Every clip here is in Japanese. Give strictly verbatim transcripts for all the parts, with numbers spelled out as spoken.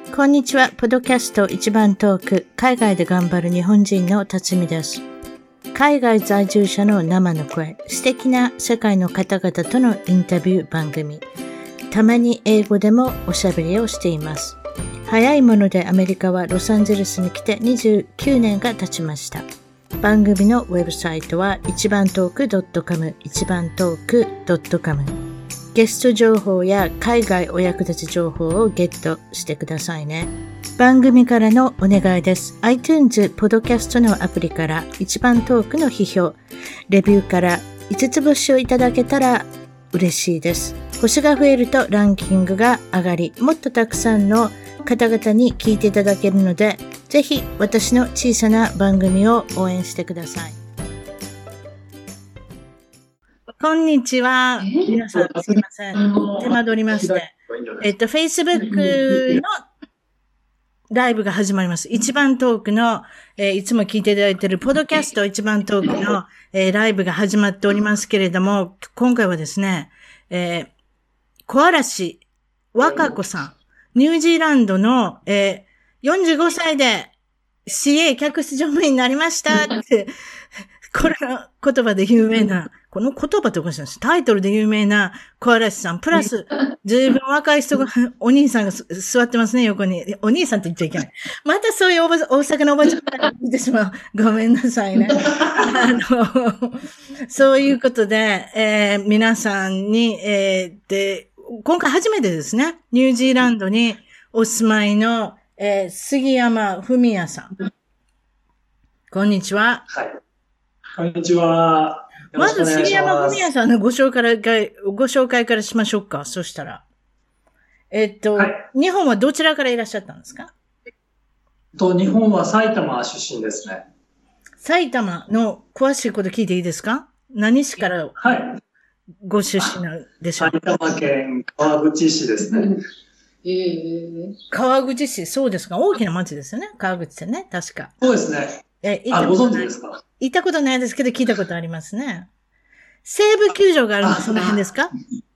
こんにちは。ポッドキャスト一番トーク、海外で頑張る日本人の辰巳です。海外在住者の生の声、素敵な世界の方々とのインタビュー番組。たまに英語でもおしゃべりをしています。早いものでアメリカはロサンゼルスに来てにじゅうきゅうねんが経ちました。番組のウェブサイトは一番トーク .com、一番トーク .com。ゲスト情報や海外お役立ち情報をゲットしてくださいね。番組からのお願いです。iTunes、ポッドキャストのアプリから一番トークの批評、レビューからいつつ星をいただけたら嬉しいです。星が増えるとランキングが上がり、もっとたくさんの方々に聞いていただけるので、ぜひ私の小さな番組を応援してください。こんにちは。皆さん、すいません。手間取りまして。えっと、Facebook のライブが始まります。一番トークの、えー、いつも聞いていただいているポッドキャスト一番トークの、えー、ライブが始まっておりますけれども、今回はですね、えー、小嵐和歌子さん、ニュージーランドの、えー、よんじゅうごさいで シーエー 客室乗務員になりましたって、これの言葉で有名な、この言葉っておかしいんです。タイトルで有名な小嵐さん、プラス、ずいぶん若い人が、お兄さんが座ってますね、横に。お兄さんって言っちゃいけない。またそういうおば大阪のおばちゃんが見てしまう。ごめんなさいね。あの、そういうことで、えー、皆さんに、えー、で、今回初めてですね、ニュージーランドにお住まいの、えー、杉山文也さん。こんにちは。 はい。こんにちは。 まず、杉山文也さんのご紹介から、ご紹介からしましょうか。そしたら。えっと、はい、日本はどちらからいらっしゃったんですか？ と、日本は埼玉出身ですね。 埼玉の詳しいこと聞いていいですか？何市からご出身なんでしょうか？ 埼玉県川口市ですね。 えー、川口市、そうですか。大きな町ですよね。川口ってね、確か。 そうですね。 え、 あ、ご存知ですか？ 行ったことないですけど、聞いたことありますね。西武球場があるのはその辺ですか？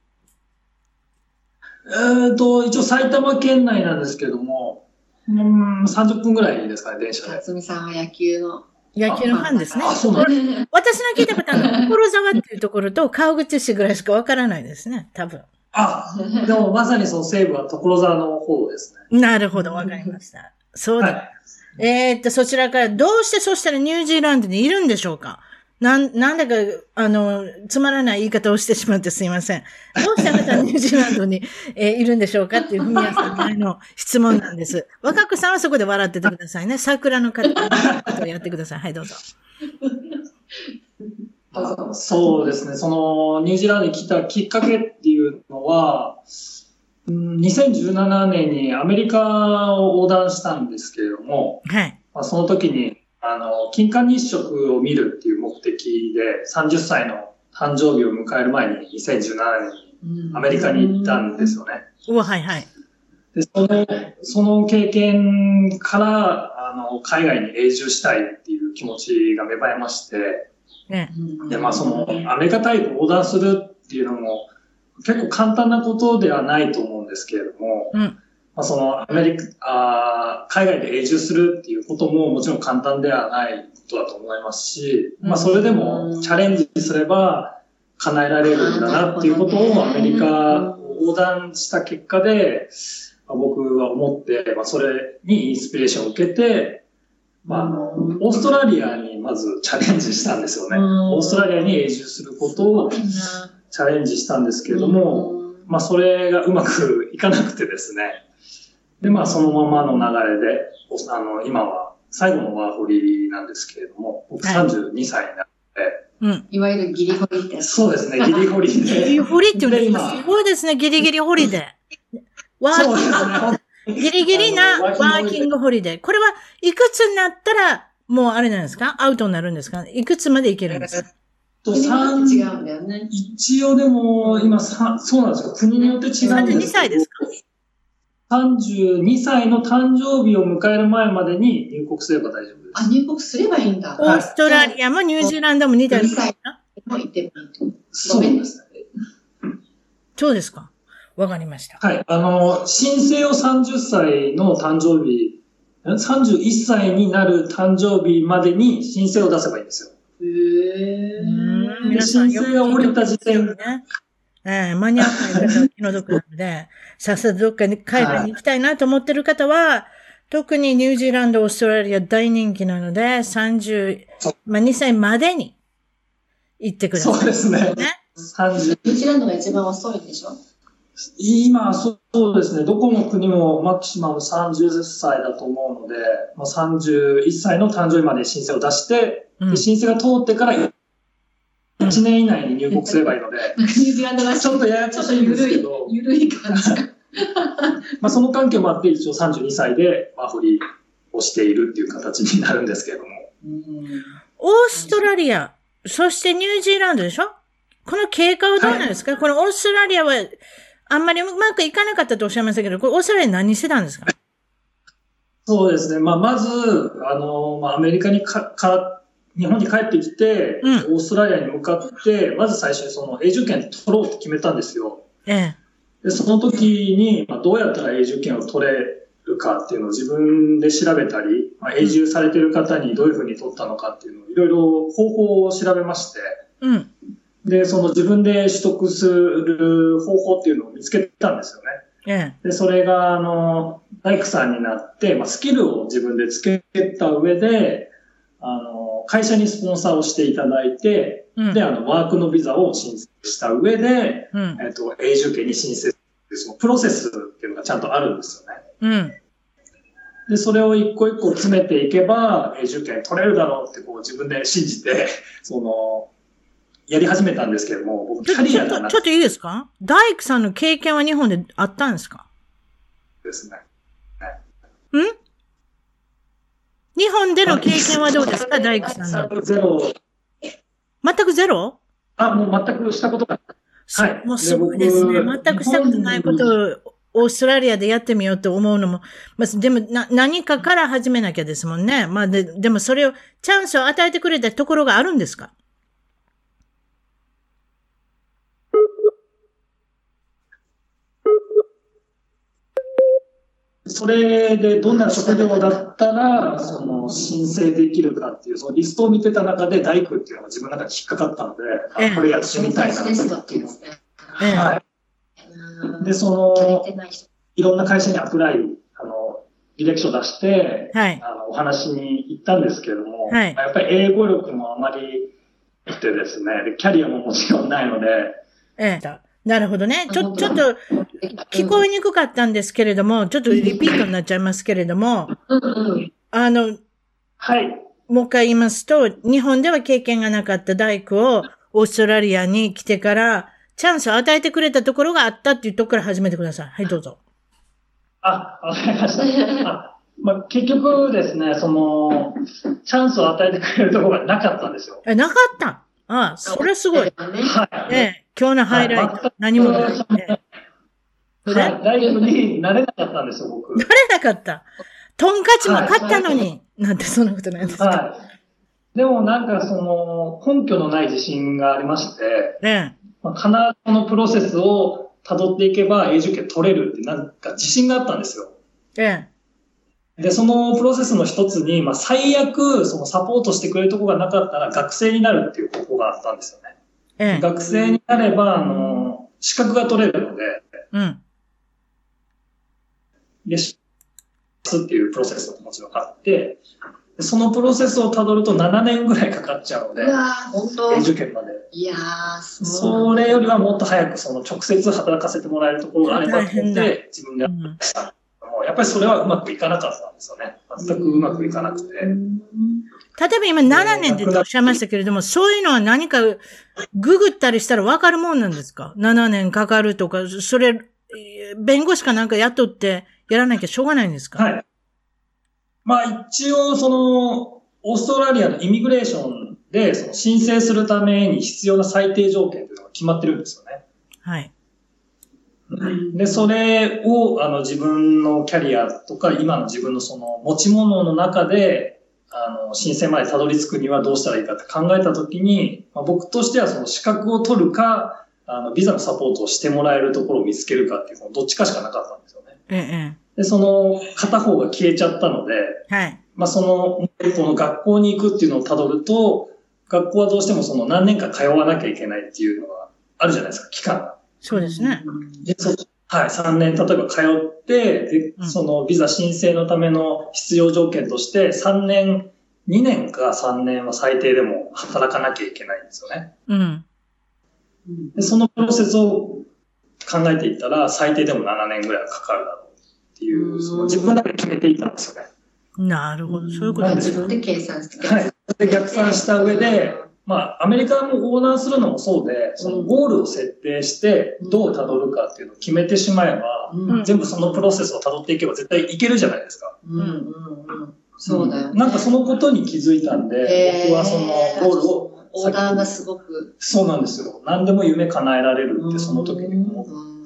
えっと、一応埼玉県内なんですけども、うん、さんじゅっぷんぐらいですかね、電車で。 辰巳さんは野球の。 野球のファンですね。 あ、そうなんですね。 私の聞いたことあるのは、所沢っていうところと川口市ぐらいしかわからないですね、多分。 あ、でもまさにその西武は所沢の方ですね。 なるほど、わかりました。そうだ。はい、えー、っと、そちらから、どうしてそしたらニュージーランドにいるんでしょうか？なん、なんだか、あの、つまらない言い方をしてしまってすいません。どうしてあなたはニュージーランドに、えー、いるんでしょうかっていうふみやさんからの質問なんです。若子さんはそこで笑っててくださいね。桜の方をやってください。はい、どうぞ。 そうですね。その、ニュージーランドに来たきっかけっていうのは、にせんじゅうななねんにアメリカを横断したんですけれども、 はい。 まあ、その時に、あの、金環日食を見るっていう目的で、さんじゅっさいの誕生日を迎える前ににせんじゅうななねんにアメリカに行ったんですよね。 うわ、はいはい。 で、その、その経験から、あの、海外に永住したいっていう気持ちが芽生えまして、 ね、 で、まあその、アメリカ大陸を横断するっていうのも、結構簡単なことではないと思うんですけれども、 うん、 まあ、そのアメリカあ、海外で永住するっていうことももちろん簡単ではないことだと思いますし、まあそれでもチャレンジすれば叶えられるんだなっていうことをアメリカを横断した結果で、まあ、僕は思って、まあそれにインスピレーションを受けて、まああの、オーストラリアにまずチャレンジしたんですよね。オーストラリアに永住することをチャレンジしたんですけれども、まあそれがうまくいかなくてですね。で、まあそのままの流れで、あの、今は最後のワーホリなんですけれども、僕さんじゅうにさいになって、 うん。いわゆるギリホリって。 そうですね、ギリホリで。 ギリホリって言うんですか？すごいですね、ギリギリホリデー。ワーキング、ギリギリなワーキングホリデー。これはいくつになったら、もうあれなんですか？アウトになるんですか？いくつまでいけるんですか？ と三違うんだよね。 一応でも、今さ、そうなんですよ。国によって違うんですけど。 さんじゅうにさいですか？ さんじゅうにさいの誕生日を迎える前までに入国すれば大丈夫です。 あ、入国すればいいんだ。 オーストラリアもニュージーランドも似たような。 も行ってもいいと。 そうですね。 そうですか。 わかりました。 はい。あの、申請をさんじゅっさいの誕生日、さんじゅういっさいになる誕生日までに申請を出せばいいんですよ。 へー。 で申請が降りた時点で、 ね、ええー、間に合わない方は気の毒なので、さっさとどっかに海外に行きたいなと思ってる方は、はい、特にニュージーランド、オーストラリア大人気なので、さんじゅう、まあ、にさいまでに行ってください。 そうですね。 ね。 さんじゅう。ニュージーランドが一番遅いんでしょ？ 今、そうですね。どこの国もマキシマムさんじゅっさいだと思うので、まあ、さんじゅういっさいの誕生日まで申請を出して、うん、で申請が通ってからいちねん以内に入国すればいいので、 ニュージーランドがちょっとややこしいんですけど、 ゆるい感じ。 まあその関係もあって、一応さんじゅうにさいでワーホリをしているっていう形になるんですけれども。 オーストラリア、そしてニュージーランドでしょ？この経過はどうなんですか？はい、このオーストラリアはあんまりうまくいかなかったとおっしゃいましたけど、これオーストラリア何してたんですか？ そうですね。まあまず、あの、まあアメリカにか、か日本に帰ってきて、うん、オーストラリアに向かって、まず最初にその永住権取ろうと決めたんですよ。 ええ。 で、その時に、まあ、どうやったら永住権を取れるかっていうのを自分で調べたり、まあ、永住されている方にどういうふうに取ったのかっていうのをいろいろ方法を調べまして、 うん。 で、その自分で取得する方法っていうのを見つけたんですよね。 ええ。 で、それが、あの、大工さんになって、まあ、スキルを自分でつけた上で、あの、会社にスポンサーをしていただいて、うん、で、あの、ワークのビザを申請した上で、うん、えっと、永住権に申請する、そのプロセスっていうのがちゃんとあるんですよね。 うん。 で、それを一個一個詰めていけば、永住権取れるだろうってこう自分で信じて、その、やり始めたんですけども、僕、キャリアがなくて。 ちょっといいですか？大工さんの経験は日本であったんですか？ ですね。 ねん？日本での経験はどうですか？大工さんの。 ゼロ。 全くゼロ？ あ、もう全くしたことがない。はい。 もうすごいですね。全くしたことないことをオーストラリアでやってみようと思うのも、まあ、でもな、何かから始めなきゃですもんね。まあで、でもそれを、チャンスを与えてくれたところがあるんですか？ それでどんな職業だったら、その、申請できるかっていう、そのリストを見てた中で大工っていうのが自分の中で引っかかったので、 ええ、 あ、これやってみたいなっていう。 ええ、 はい。で、その、いろんな会社にアプライ、あの、履歴書出して、 はい、 あの、お話に行ったんですけれども、 はい、 やっぱり英語力もあまりなくてですね、でキャリアももちろんないので、 ええ、なるほどね。ちょ、ちょっと、聞こえにくかったんですけれども、ちょっとリピートになっちゃいますけれども、あの、 はい。 もう一回言いますと、日本では経験がなかった大工をオーストラリアに来てから、チャンスを与えてくれたところがあったっていうところから始めてください。はい、どうぞ。 あ、わかりました。あ、まあ、結局ですね、その、チャンスを与えてくれるところがなかったんですよ。 え、なかった？ああ、それすごい。 はい。 ええ、今日のハイライト。はい、何もない。ええ、 それ、はい、ライブになれなかったんですよ、僕。 なれなかった。トンカチも買ったのに、はい、なんてそんなことないんですか？ はい。でもなんかその、根拠のない自信がありまして、 ええ、 まあ、必ずこのプロセスを辿っていけば永住権取れるってなんか自信があったんですよ。 ええ。で、そのプロセスの一つに、まあ、最悪、そのサポートしてくれるところがなかったら学生になるっていう方法があったんですよね。 ええ。 学生になれば、あの、資格が取れるので、 うん。 で、っていうプロセスももちろんあって、そのプロセスをたどるとななねんぐらいかかっちゃうので、 うわー、本当。 永住権まで。 いやー、そう。 それよりはもっと早くその直接働かせてもらえるところがあればと思って自分でやりました。うん、やっぱりそれはうまくいかなかったんですよね。全くうまくいかなくて。例えば今ななねんっておっしゃいましたけれども、そういうのは何かググったりしたらわかるもんなんですか？ なな 年かかるとか、それ、弁護士かなんか雇ってやらなきゃしょうがないんですか？ はい。まあ一応その、オーストラリアのイミグレーションでその申請するために必要な最低条件というのが決まってるんですよね。 はい。 で、それをあの自分のキャリアとか今の自分のその持ち物の中であの申請までたどり着くにはどうしたらいいかって考えたときに、まあ、僕としてはその資格を取るか、 あの、ビザのサポートをしてもらえるところを見つけるかっていう、どっちかしかなかったんですよね。 ええ。 で、その片方が消えちゃったので、 はい。 まあその、この学校に行くっていうのをたどると、学校はどうしてもその何年か通わなきゃいけないっていうのがあるじゃないですか、期間が。 そうですね。 で、そはい、さんねん例えば通って、で、うん、そのビザ申請のための必要条件としてさんねん、にねんかさんねんは最低でも働かなきゃいけないんですよね。 うん。 で、そのプロセスを考えていったら最低でもななねんぐらいはかかるだろうっていう、その自分だけ決めていたんですよね。 なるほど、そういうことです。自分で計算して。 はい。で、逆算した上で、まあ、アメリカも横断するのもそうで、そのゴールを設定して、どう辿るかっていうのを決めてしまえば、うん、全部そのプロセスを辿っていけば絶対いけるじゃないですか。 うんうんうん。そうだよね。 なんかそのことに気づいたんで、僕はそのゴールを、 オーダーがすごく。 そうなんですよ。何でも夢叶えられるってその時に思って、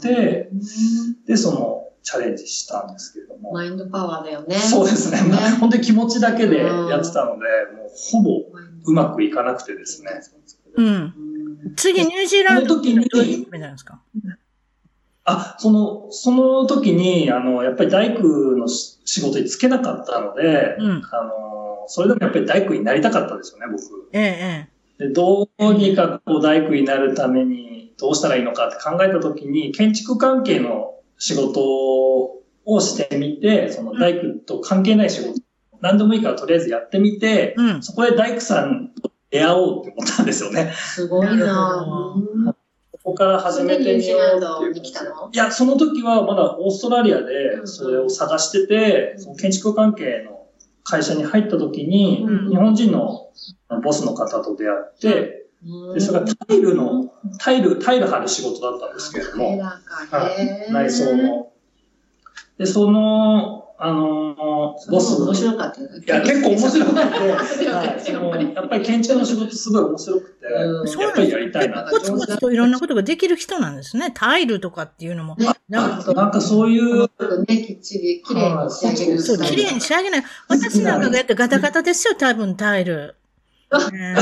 で、その、チャレンジしたんですけれども。 マインドパワーだよね。 そうですね。まあ、本当に気持ちだけでやってたので、もうほぼうまくいかなくてですね。 うん。次、ニュージーランドの時にどういう夢なんですか？ あ、その、その時に、あの、やっぱり大工の仕事に就けなかったので、うん、あの、それでもやっぱり大工になりたかったんですよね、僕。 ええ。で、どうにかこう大工になるためにどうしたらいいのかって考えた時に、建築関係の仕事をしてみて、その大工と関係ない仕事、何でもいいからとりあえずやってみて、うん、そこで大工さんと出会おうって思ったんですよね。 すごいなぁ。 ここから始めてみようっていう。いや、その時はまだオーストラリアでそれを探してて、うん、その建築関係の会社に入った時に、うん、日本人のボスの方と出会って、で、それがタイルの、タイル、タイル貼る仕事だったんですけれども、内装の。で、その、あのー、ボス。 面白かった。いや、結構面白くて、やっぱり建築の仕事すごい面白くて、やっぱりやりたいな。 コツコツといろんなことができる人なんですね。タイルとかっていうのも。 なんか、なんかそういう。 ね、きっちり、綺麗に仕上げる。 そう、綺麗に仕上げない。私なんかがやってガタガタですよ、多分タイル。あのね、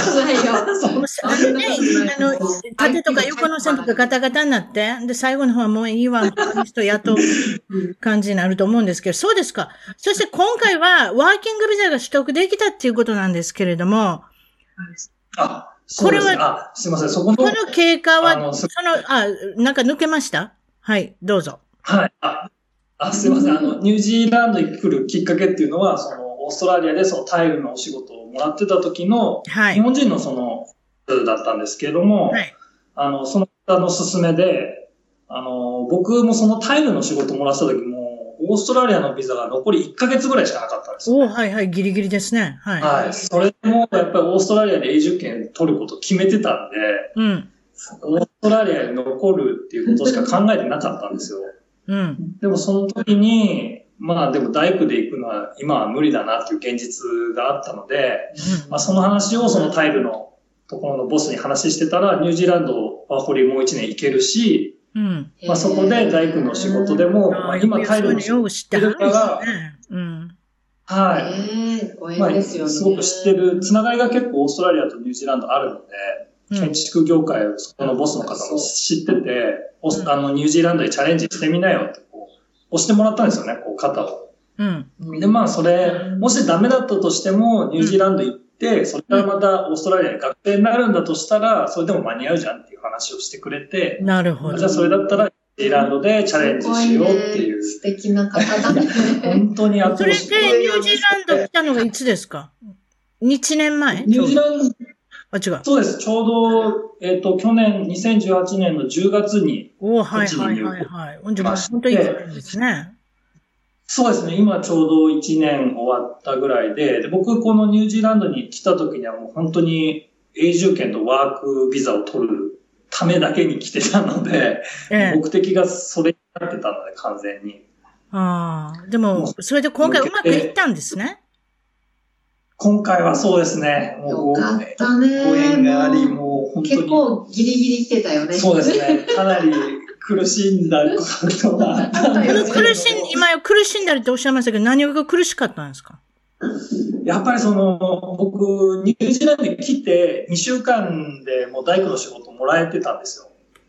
あの、縦とか横の線とかガタガタになって、で、最後の方はもういいわ、他の人雇う感じになると思うんですけど、そうですか。そして今回は、ワーキングビザが取得できたっていうことなんですけれども、 あ、そうですね。これは、あ、すいません、そこの。 この経過は、あその、あ、なんか抜けました？はい、どうぞ。 はい。あ、あすいません。あの、ニュージーランドに来るきっかけっていうのは、その、オーストラリアでそのタイルのお仕事をもらってた時の、はい、日本人のその、だったんですけれども、はい、あの、その方の勧めで、あの、僕もそのタイルの仕事をもらってた時も、オーストラリアのビザが残りいっかげつぐらいしかなかったんですよ、ね。 おはいはい、ギリギリですね。はい。 はい。それも、やっぱりオーストラリアで永住権取ることを決めてたんで、うん。オーストラリアに残るっていうことしか考えてなかったんですよ。うん。でもその時に、まあでも大工で行くのは今は無理だなっていう現実があったので、うん、まあその話をそのタイルのところのボスに話してたら、ニュージーランドワーホリもう一年行けるし、うん、まあそこで大工の仕事でも、まあ今タイルの仕事してるから、うん、はい。まあすごく知ってる、つながりが結構オーストラリアとニュージーランドあるので、建築業界をそこのボスの方も知ってて、うん、あのニュージーランドでチャレンジしてみなよってこう押してもらったんですよね、こう肩を。うん、で、まあそれ、もしダメだったとしても、ニュージーランド行って、それからまたオーストラリアに学生になるんだとしたら、それでも間に合うじゃんっていう話をしてくれて、 なるほど。 じゃあそれだったら、ニュージーランドでチャレンジしようっていう。 素敵な方だね。 本当に後押し。それでニュージーランド来たのがいつですか？いちねんまえ？ ニュージーランド、 あ、違う。 そうです。ちょうど、えっと、去年、にせんじゅうはちねんのじゅうがつに、 おはいはいはいはい。本当にいちねんですね。 そうですね。今ちょうどいちねん終わったぐらいで、で僕このニュージーランドに来た時にはもう本当に永住権とワークビザを取るためだけに来てたので、ええ、目的がそれになってたので完全に。 ああ、でも、それで今回うまくいったんですね。 今回はそうですね。 もうよかったね。 ご縁があり、もう本当に。 結構ギリギリ来てたよね。 そうですね。かなり苦しんだことがあったんですけど。 苦しん、今苦しんだりっておっしゃいましたけど、何が苦しかったんですか？ やっぱりその、僕、ニュージーランドに来てにしゅうかんでもう大工の仕事もらえてたんですよ。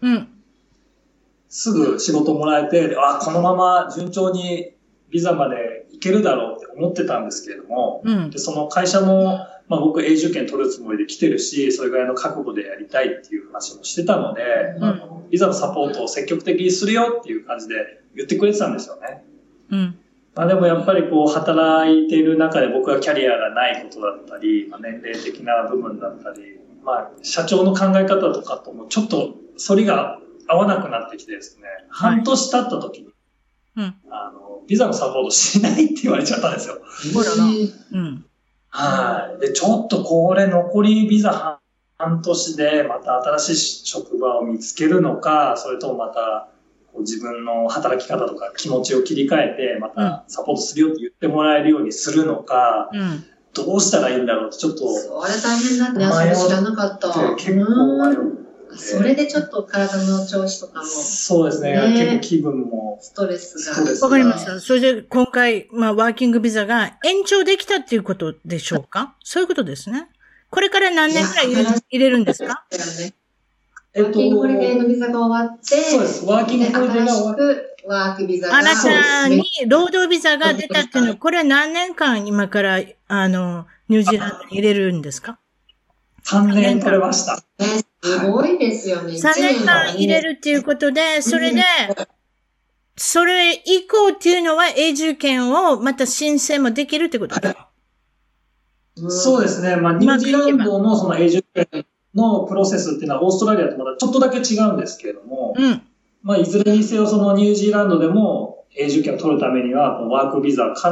うん。 すぐ仕事もらえて、あ、このまま順調にビザまで行けるだろうって思ってたんですけれども、 うん、 でその会社も、まあ、僕永住権取るつもりで来てるし、それぐらいの覚悟でやりたいっていう話もしてたので、うん、あのビザのサポートを積極的にするよっていう感じで言ってくれてたんですよね。 うん。 まあ、でもやっぱりこう働いている中で僕はキャリアがないことだったり、まあ、年齢的な部分だったり、まあ、社長の考え方とかともちょっと反りが合わなくなってきてですね、はい、半年経った時に、うん、あのビザのサポートしないって言われちゃったんですよ。 ほらな。うん。 はい。で、ちょっとこれ残りビザ半年でまた新しい職場を見つけるのか、それともまたこう自分の働き方とか気持ちを切り替えて、またサポートするよって言ってもらえるようにするのか、うん、どうしたらいいんだろうってちょっと。 それ大変だね。それ知らなかった。 結構迷う。 それでちょっと体の調子とかも。 そうですね。ね、結構気分も。 ストレスが。 わかりました。それで今回、まあ、ワーキングビザが延長できたっていうことでしょうか？そういうことですね。これから何年くらい入れるんですか？ えっと、ワーキングホリデーのビザが終わって、 そうです。ワーキングホリデーが終わって、 ワークビザが。 あなたに労働ビザが出たっていうのは、これは何年間今から、あの、ニュージーランドに入れるんですか？ さんねん取れました。 すごいですよね。 さんねんかん入れるっていうことで、それで、それ以降っていうのは永住権をまた申請もできるってことですか？ そうですね。まあ、ニュージーランドのその永住権のプロセスっていうのはオーストラリアとまだちょっとだけ違うんですけれども、うん、まあ、いずれにせよそのニュージーランドでも永住権を取るためには、ワークビザから、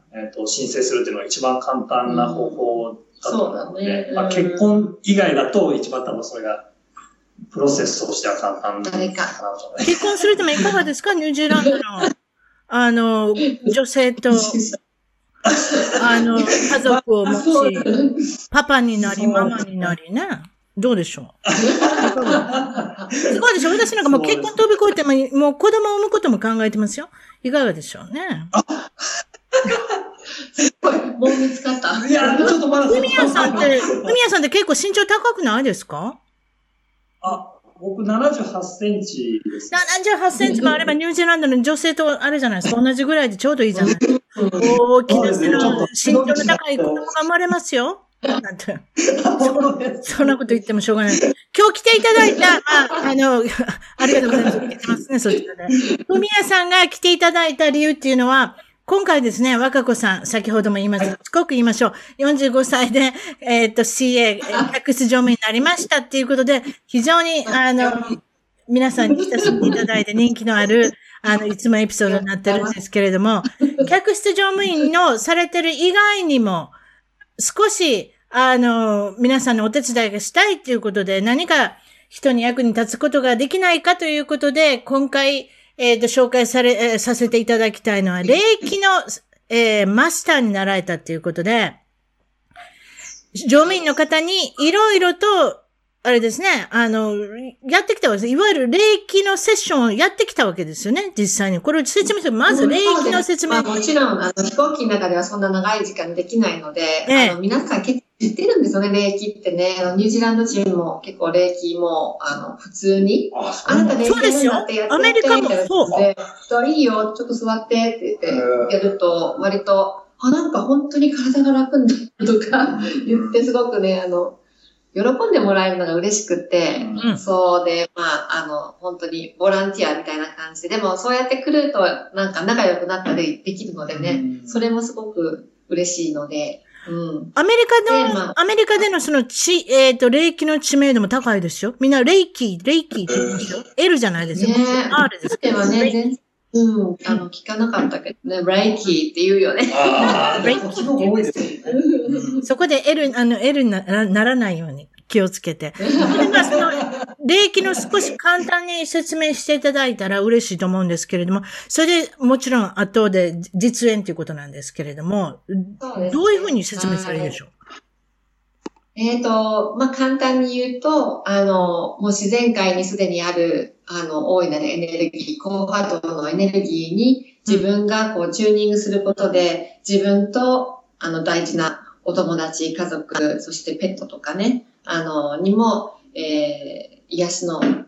えっと、申請するっていうのが一番簡単な方法だと思うので、まあ、結婚以外だと一番多分それがプロセスとしては簡単なのかなと。 結婚するためいかがですか？ニュージーランドの、あの、女性と、あの、家族を持ち、パパになり、ママになりね。どうでしょう？すごいでしょ？私なんかもう結婚飛び越えても、もう子供を産むことも考えてますよ。いかがでしょうね。 すごい、もう見つかった。 いや、ちょっとまだ。 ふみやさんって、ふみやさんって結構身長高くないですか？ あ、僕ななじゅうはちセンチです。 ななじゅうはちセンチもあればニュージーランドの女性とあれじゃないですか。同じぐらいでちょうどいいじゃないですか。大きな身長の高い子供が生まれますよ。なんてそ。そんなこと言ってもしょうがない。今日来ていただいた、あ、あの、ありがとうございます。聞いてますね、そちらで。ふみやさんが来ていただいた理由っていうのは、今回ですね、若子さん、先ほども言いました。すごく言いましょう。よんじゅうごさいで、えっと、シーエー、客室乗務員になりましたっていうことで、非常に、あの、皆さんに親しんでいただいて人気のある、あの、いつもエピソードになってるんですけれども、客室乗務員のされてる以外にも、少し、あの、皆さんのお手伝いがしたいっていうことで、何か人に役に立つことができないかということで、今回、えっと、紹介され、えー、させていただきたいのは、霊気の、えー、マスターになられたっていうことで、乗務員の方にいろいろと、あれですね、あの、やってきたわけです。いわゆる霊気のセッションをやってきたわけですよね、実際に。これを説明する。まず霊気の説明。 まあ、もちろん、あの、飛行機の中ではそんな長い時間できないので、ええ、あの、皆さん結構知ってるんですよね、霊気ってね。あのニュージーランド人も結構霊気も、あの、普通に。あ, あなた霊気なんてやってやって。 アメリカもそう。いいよ、ちょっと座ってって言って、やると、割と、あ、なんか本当に体が楽になるとか言って、すごくね、あの、喜んでもらえるのが嬉しくって、うん、そうで、まあ、あの、本当にボランティアみたいな感じで、でもそうやって来ると、なんか仲良くなったりできるのでね、うん、それもすごく嬉しいので、うん。 アメリカの、まあ、アメリカでのその知、えっ、ー、と、霊気の知名度も高いですよ。みんな霊気、霊気って言うんですよ。L じゃないですよ。 ね、 R です。 ではね、全然。うん、あの、聞かなかったけどね、レイキーって言うよね。 レイキーって言うですね。そこで L、あの、L に な, ならないように気をつけて。その、霊気の少し簡単に説明していただいたら嬉しいと思うんですけれども、それでもちろん後で実演ということなんですけれども、ね、どういうふうに説明されるでしょう？ えっと、まあ、簡単に言うと、あの、もう自然界にすでにある、あの、大いなるエネルギー、高波動のエネルギーに自分がこうチューニングすることで、自分と、あの、大事なお友達、家族、そしてペットとかね、あの、にも、えー、癒しの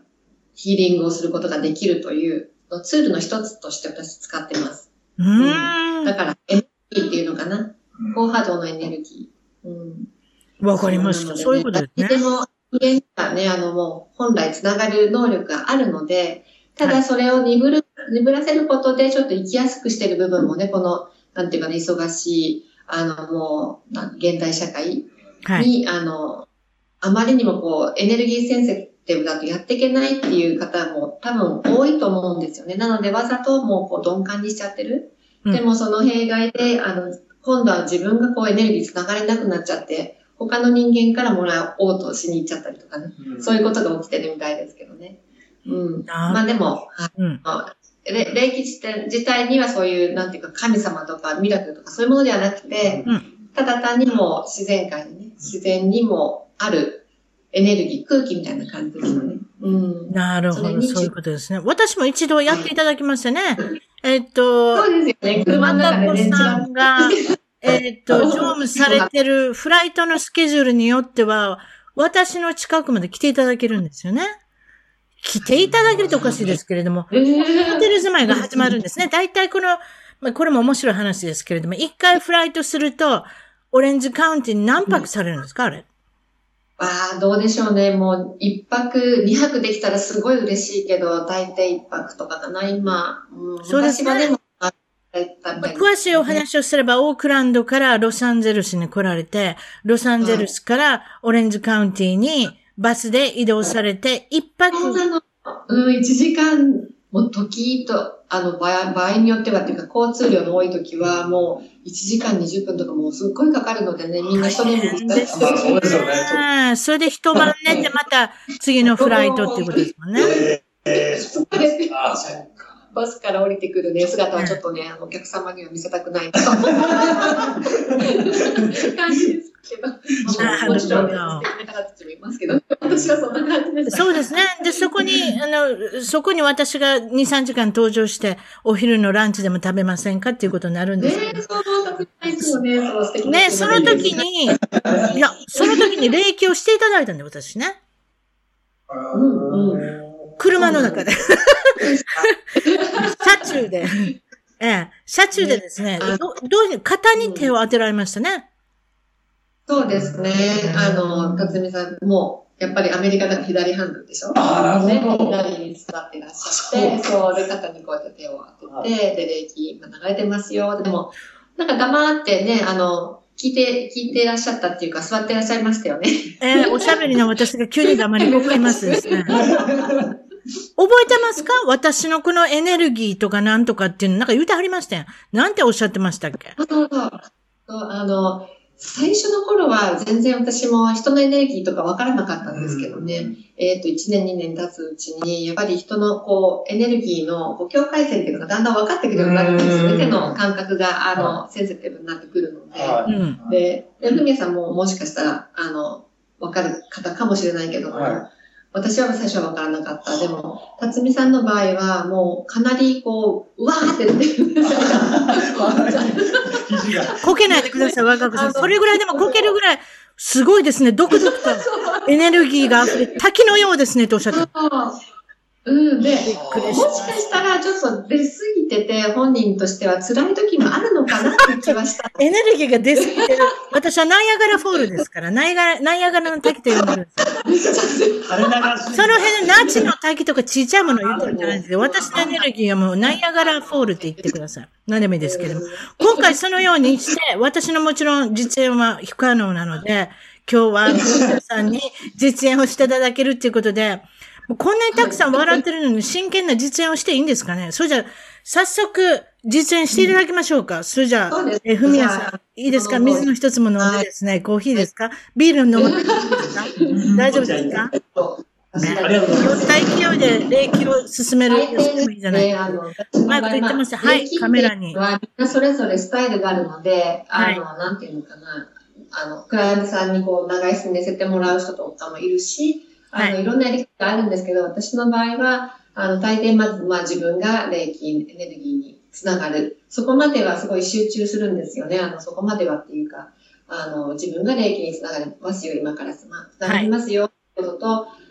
ヒーリングをすることができるというツールの一つとして私使ってます。 うーん。 だから、エネルギーっていうのかな。高波動のエネルギー。うん。 わかりました。そういうことですね。 でも、人間がね、あのもう本来つながる能力があるので、ただそれを鈍る、鈍らせることでちょっと生きやすくしている部分もね、この、なんていうかね、忙しい、あのもう、現代社会に、はい、あの、あまりにもこう、エネルギーセンセティブだとやっていけないっていう方も多分多いと思うんですよね。なのでわざともうこう鈍感にしちゃってる。うん、でもその弊害で、あの、今度は自分がこうエネルギーつながれなくなっちゃって、他の人間からもらおうとしに行っちゃったりとかね。うん、そういうことが起きてるみたいですけどね。うん。あまあでも、うん、霊気自体にはそういう、なんていうか神様とかミラクルとかそういうものではなくて、うん、ただ単にも自然界にね、自然にもあるエネルギー、空気みたいな感じですよね。うん。 なるほど、そういうことですね。私も一度やっていただきましたね。えっと、 そうですよね。車の中で全然さんが、えっと、乗務されてるフライトのスケジュールによっては、私の近くまで来ていただけるんですよね。来ていただけるとおかしいですけれども、ホテル住まいが始まるんですね。大体この、まあ、これも面白い話ですけれども、一回フライトすると、オレンジカウンティに何泊されるんですか、あれ。 ああ、どうでしょうね。もう、一泊、二泊できたらすごい嬉しいけど、大体一泊とかかな、今。うん、 そうですね。詳しいお話をすれば、オークランドからロサンゼルスに来られて、ロサンゼルスからオレンジカウンティにバスで移動されて、一泊。 そうなの。うん、一時間、もう時と、あの、場合、場合によってはっていうか、交通量の多い時は、もう、一時間二十分とかもうすっごいかかるのでね、みんな一人で行ったりそうですよね。それで一晩寝てまた次のフライトっていうことですもんね。 えー、そうですよ。バスから降りてくるね、姿はちょっとね、お客様には見せたくない感じですけど。もちろんね、素敵な方たちもいますけど、私はそんな感じです。 そうですね。で、そこに、あの、そこに私がに、さんじかん登場して、お昼のランチでも食べませんかっていうことになるんですけど。 ね、そう、そうですよね、そう素敵ね、その時に、いや、その時に礼儀をしていただいたんで、私ね。 うんうん。 車の中で。車中で。ええ、車中でですね、ど、どういう、肩に手を当てられましたね。 そうですね。あの、辰巳さんも、やっぱりアメリカだと左ハンドでしょ。 ああ、なるほど。 左に座ってらっしゃって、そう、で、肩にこうやって手を当てて、で、霊気が流れてますよ。でも、なんか黙ってね、あの、聞いて、聞いていらっしゃったっていうか、座っていらっしゃいましたよね。 ええー、おしゃべりの私が急に黙りこくりますですね。覚えてますか？私のこのエネルギーとかなんとかっていうの、なんか言うてはりましたよ。なんておっしゃってましたっけ？ そうそうそう。あの、最初の頃は全然私も人のエネルギーとかわからなかったんですけどね。うん、えっと、いちねんにねん経つうちに、やっぱり人のこう、エネルギーのこう境界線っていうのがだんだん分かってくるようになるんですよね。手の感覚が、あの、センシティブになってくるので。うん、で、で、ふみやさんももしかしたら、あの、分かる方かもしれないけども、はい、私は最初は分からなかった。でも、辰巳さんの場合は、もうかなりこう、うわーって出てるんですよ。 こけないでください、若子さん。それぐらいでもこけるぐらい、すごいですね。独特とエネルギーが溢れ、滝のようですね、とおっしゃって。 うん。で、もしかしたらちょっと出すぎてて、本人としては辛い時もあるのかなって気はした。 エネルギーが出すぎてる。私はナイアガラフォールですから、ナイアガラ、ナイアガラの滝と呼んでるんですよ。その辺のナチの滝とかちっちゃいものを言ってるんじゃないんですよ。私のエネルギーはもうナイアガラフォールって言ってください。何でもいいですけども。今回そのようにして、私のもちろん実演は不可能なので、今日は皆さんに実演をしていただけるっていうことで、こんなにたくさん笑ってるのに真剣な実演をしていいんですかね？それじゃあ、早速実演していただきましょうか。うん、それじゃあ、え、ふみやさん、いいですか？水の一つも飲んでですね、コーヒーですか？ビール飲んでいいですか？大丈夫ですか？ね、ありがとうございます。勢いで霊気を進めるのもいいじゃないですか。マイクと言ってました。はい、カメラに。みんなそれぞれスタイルがあるので、あの、なんていうのかな。あの、クライアントさんにこう、長いに寝せてもらう人とかもいるし、あの、はい、いろんなやり方があるんですけど、私の場合は、あの、大抵まず、まあ自分が霊気、エネルギーにつながる。そこまではすごい集中するんですよね。あの、そこまではっていうか、あの、自分が霊気につながりますよ、今から、まあ、つながりますよ、ってことと、はい、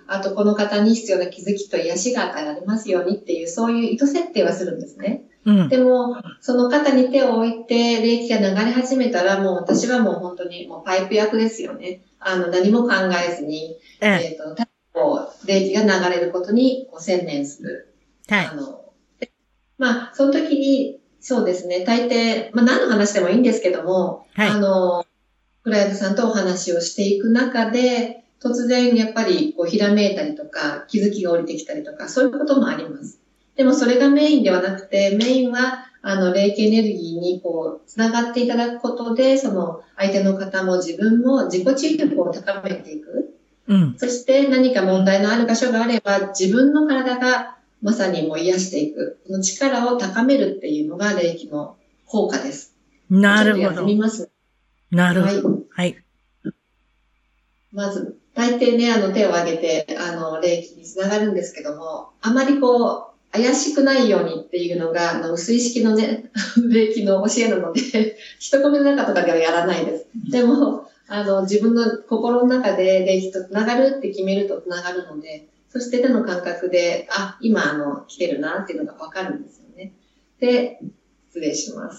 あとこの方に必要な気づきと癒しが与えられますようにっていう、そういう意図設定はするんですね。 うん。 でも、その方に手を置いて、霊気が流れ始めたら、もう私はもう本当にもうパイプ役ですよね。あの、何も考えずに、 ええ。 えっと、ただこう、霊気が流れることにこう専念する。 はい。 あの、まあ、その時に、そうですね、大抵、まあ何の話でもいいんですけども、 はい。 あの、クライアントさんとお話をしていく中で、突然やっぱりこうひらめいたりとか、気づきが降りてきたりとか、そういうこともあります。でもそれがメインではなくて、メインは、あの、霊気エネルギーにこう、つながっていただくことで、その、相手の方も自分も自己治癒力を高めていく。 うん。 そして何か問題のある場所があれば、自分の体がまさにもう癒していく。この力を高めるっていうのが霊気の効果です。 なるほど。 ちょっとやってみます。 なるほど。 はい。 はい。 まず、大抵ね、あの、手を挙げて、あの、霊気につながるんですけども、あまりこう、怪しくないようにっていうのが、あの、薄い式のね、霊気の教えなので、一コミの中とかではやらないです。でも、あの、自分の心の中で霊気とつながるって決めるとつながるので、そして手の感覚で、あ、今、あの、来てるなっていうのがわかるんですよね。で、失礼します。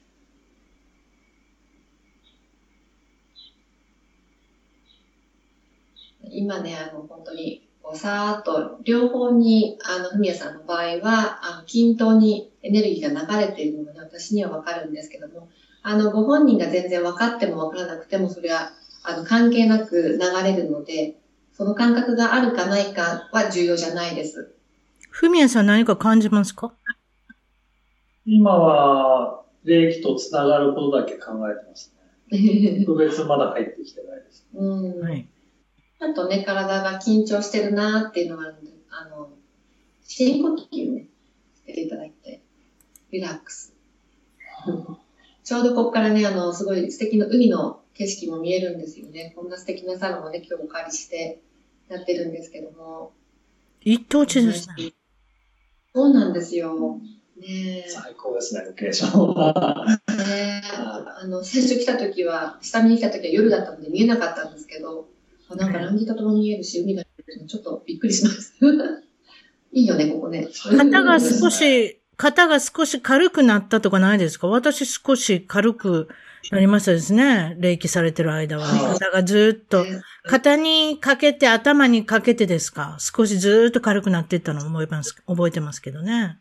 今ね、あの、本当に、こうさーっと、両方に、あの、ふみやさんの場合は、あの、均等にエネルギーが流れているのがね、私にはわかるんですけども、あの、ご本人が全然分かっても分からなくても、それは、あの、関係なく流れるので、その感覚があるかないかは重要じゃないです。 ふみやさん何か感じますか？ 今は、霊気とつながることだけ考えてますね。特別まだ入ってきてないです。 うん。 はい。 あとね、体が緊張してるなーっていうのがあるので、あの、深呼吸ね、していただいて、リラックス。ちょうどここからね、あの、すごい素敵な海の景色も見えるんですよね。こんな素敵なサロンをね、今日お借りしてやってるんですけども。 一等地ですね。 そうなんですよ。ね、 最高ですね、ロケーションは。 ね、あの、最初来た時は、下見に来た時は夜だったので見えなかったんですけど、なんかランギタとも見えるし、海が見えるのちょっとびっくりします。いいよね、ここね。 肩が少し、肩が少し軽くなったとかないですか？私少し軽くなりましたですね。霊気されてる間はね。肩がずっと、肩にかけて、頭にかけてですか？少しずっと軽くなっていったのを覚えます、覚えてますけどね。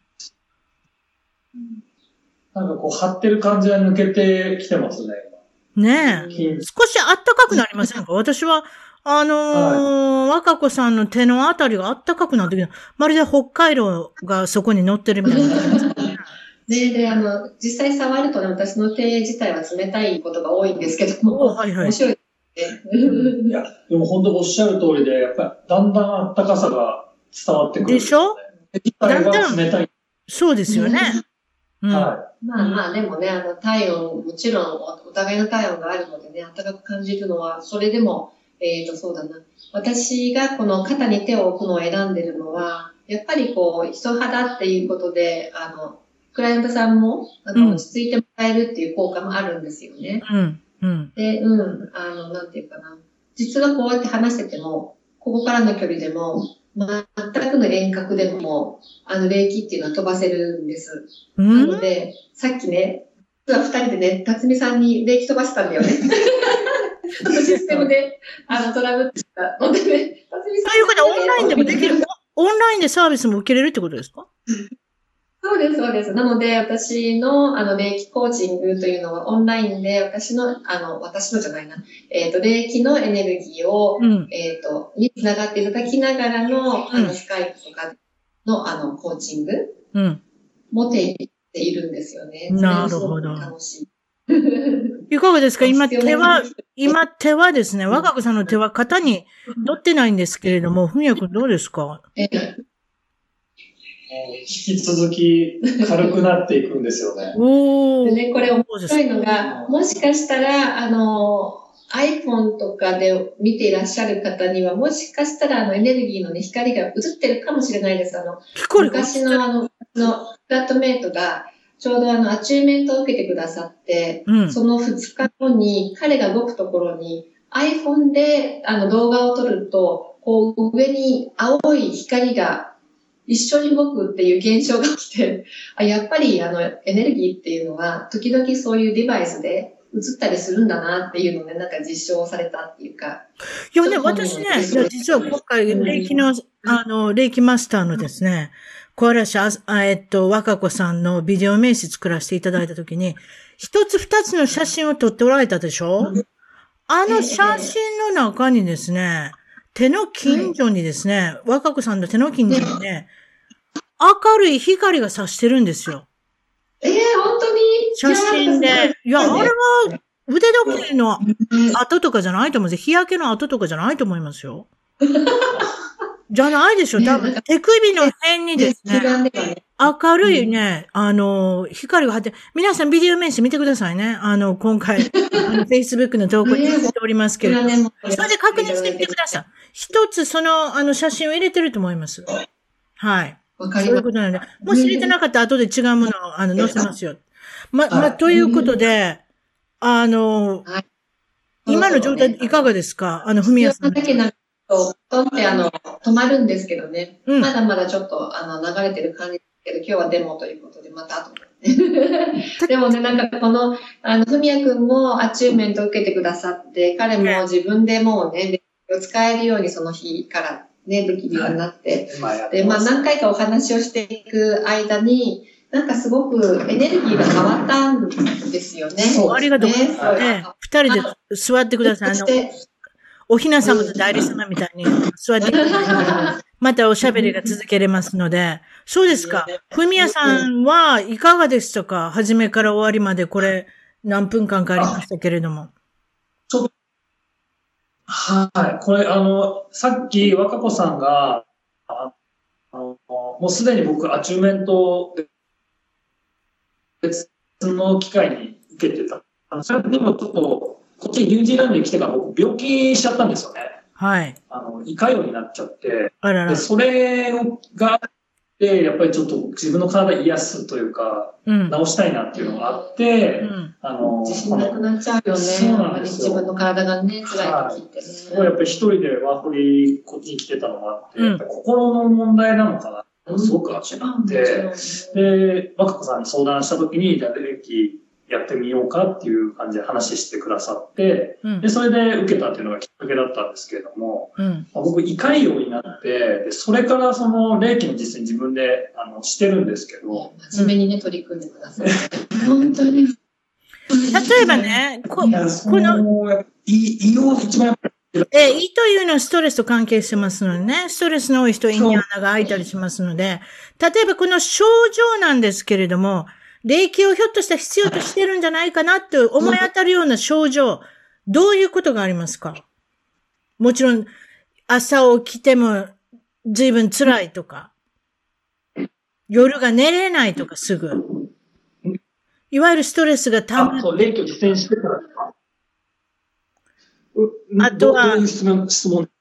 なんかこう、張ってる感じが抜けてきてますね。 ねえ。少しあったかくなりませんか？私は、あのー、はい、若子さんの手のあたりがあったかくなってきた。まるで北海道がそこに乗ってるみたいな。 ねで、あの、実際触るとね、私の手自体は冷たいことが多いんですけども、 はいはい、 面白いですね。 いや、でも本当おっしゃる通りで、やっぱりだんだんあったかさが伝わってくる、 ね。でしょ？ だんだん冷たい。 そうですよね。 うん、はい。まあまあ、でもね、あの、体温、もちろんお互いの体温があるのでね、暖かく感じるのは、それでも、えっと、そうだな。私がこの肩に手を置くのを選んでるのは、やっぱりこう、人肌っていうことで、あの、クライアントさんも、なんか落ち着いてもらえるっていう効果もあるんですよね。 うん。うん。 で、うん、あの、なんていうかな。実はこうやって話してても、ここからの距離でも、全くの遠隔でも、あの、霊気っていうのは飛ばせるんです。うん、なので、さっきね、実は二人でね、辰巳さんに霊気飛ばしたんだよね。ちょっとシステムで、あの、トラブってたのでね、辰巳さん。ということはオンラインでもできる、オンラインでサービスも受けれるってことですか？ そうです、そうです。なので、私の、あの、霊気コーチングというのはオンラインで、私の、あの、私のじゃないな、えっ、ー、と、霊気のエネルギーを、うん、えっ、ー、と、につながっていただきながらの、うん、あの、スカイプとかの、あの、コーチングも提供しているんですよね。 うん、なるほど。 楽しい。 いかがですか？今手は、今手はですね、若子さんの手は肩に乗ってないんですけれども、ふみやくんどうですか？ えー引き続き軽くなっていくんですよね。 おー。 でね、これ面白いのが、もしかしたら、あの、iPhone とかで見ていらっしゃる方には、もしかしたら、あの、エネルギーのね、光が映ってるかもしれないです。あの、昔のあの、の、フラットメイトが、ちょうどあの、アチューメントを受けてくださって、うん、そのふつかごに、彼が動くところに、iPhone で、あの、動画を撮ると、 こう上に青い光が一緒に動くっていう現象が起きて、あ、やっぱりあのエネルギーっていうのは時々そういうデバイスで映ったりするんだなっていうので、なんか実証されたっていうか。 いやね、私ね、いや実は今回、霊気の、あの、霊気マスターのですね、小嵐あ、あえっと、若子さんのビデオ名刺作らせていただいたときに、一つ二つの写真を撮っておられたでしょ？あの写真の中にですね、手の近所にですね、若子さんの手の近所にね、明るい光が差してるんですよ。 ええー、本当に写真で。いや、あれは腕時計の跡とかじゃないと思うんですよ。日焼けの跡とかじゃないと思いますよ。じゃないでしょ。多分、手首の辺にですね、明るいね、あの、光が入って、皆さんビデオ名刺見てくださいね。あの、今回、あの、Facebook の投稿に載っておりますけれども。それで確認してみてください。一つその、あの、写真を入れてると思います。はい。 わかります。 そういうことなので、もし入れてなかったら後で違うものを、あの、載せますよ。ま、ま、ということで、あの、今の状態いかがですか？あの、ふみやさん。 と、とってあの、止まるんですけどね。うん、まだまだちょっと、あの、流れてる感じですけど、今日はデモということで、また後で。でもね、なんかこの、あの、ふみやくんもアチューメントを受けてくださって、彼も自分でもうね、使えるようにその日からね、できるようになって。はい、で、まあ何回かお話をしていく間に、なんかすごくエネルギーが変わったんですよね。 そう、ありがとうございます。ね、二人で座ってください。あのおひな様と代理様みたいに座ってください。またおしゃべりが続けれますので。そうですか。ふみやさんはいかがでしたか？初めから終わりまでこれ何分間かありましたけれども。 はい。これ、あの、さっき若子さんが、あのもうすでに僕、アチューメントで別の機会に受けてた。あのそれでもちょっと、こっちニュージーランドに来てから僕病気しちゃったんですよね。 はい。 あの、胃潰瘍になっちゃって。 あらら。 で、それがあって、やっぱりちょっと自分の体癒すというか、うん、治したいなっていうのがあって、うん、あの、 自信なくなっちゃうよね。 そうなんですよ。 自分の体がね、辛い時ってね。 すごいやっぱり一人でワーホリこっちに来てたのがあって、うん、心の問題なのかな、すごく味があって、で、若子さんに相談した時に、じゃあレキやってみようかっていう感じで話してくださって、うん、で、それで受けたっていうのがきっかけだったんですけれども、うん、僕、胃潰瘍になって、でそれからその、霊気の実践自分で、あの、してるんですけど。 真面目にね、取り組んでください。本当に。 例えばね、こ、この、胃を一番やっぱり、 え、胃というのはストレスと関係してますのでね、ストレスの多い人、胃に穴が開いたりしますので、例えばこの症状なんですけれども、霊気をひょっとしたら必要としてるんじゃないかなって思い当たるような症状、どういうことがありますか？もちろん、朝起きても随分辛いとか、夜が寝れないとかすぐ。いわゆるストレスがたまる。 あ、そう、霊気を実践してからですか？ あとは、 どういう質問、質問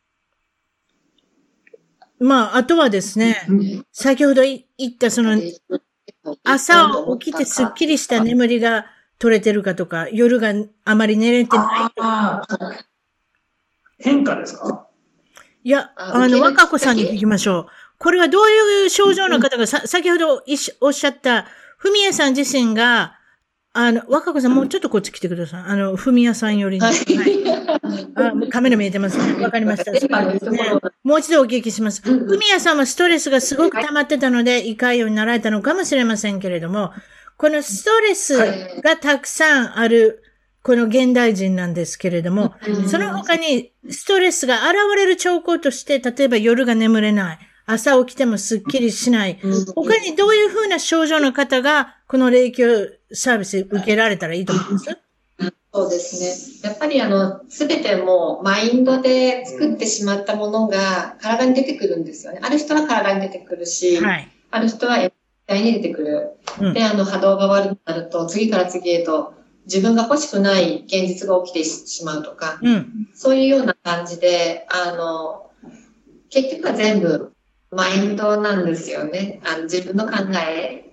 まあ、あとはですね、先ほど言ったその、朝起きてすっきりした眠りが取れてるかとか、夜があまり寝れてないとか。 変化ですか？ いや、あの、若子さんに聞きましょう。これはどういう症状の方が、さ、先ほどおっしゃった、ふみやさん自身が、あの、若子さんもうちょっとこっち来てください。あの、ふみやさんよりに。はい。あ、カメラ見えてますね。わかりました。ね、もう一度お聞きします。ふみやさんはストレスがすごく溜まってたので、胃潰瘍になられたのかもしれませんけれども、このストレスがたくさんある、この現代人なんですけれども、その他にストレスが現れる兆候として、例えば夜が眠れない。朝起きてもすっきりしない。他にどういうふうな症状の方が、この霊気サービス受けられたらいいと思います？ そうですね。やっぱりあの、すべてもうマインドで作ってしまったものが体に出てくるんですよね。ある人は体に出てくるし、はい、ある人は液体に出てくる。うん、で、あの、波動が悪くなると、次から次へと自分が欲しくない現実が起きてしまうとか、うん、そういうような感じで、あの、結局は全部、マインドなんですよね。あの自分の考え、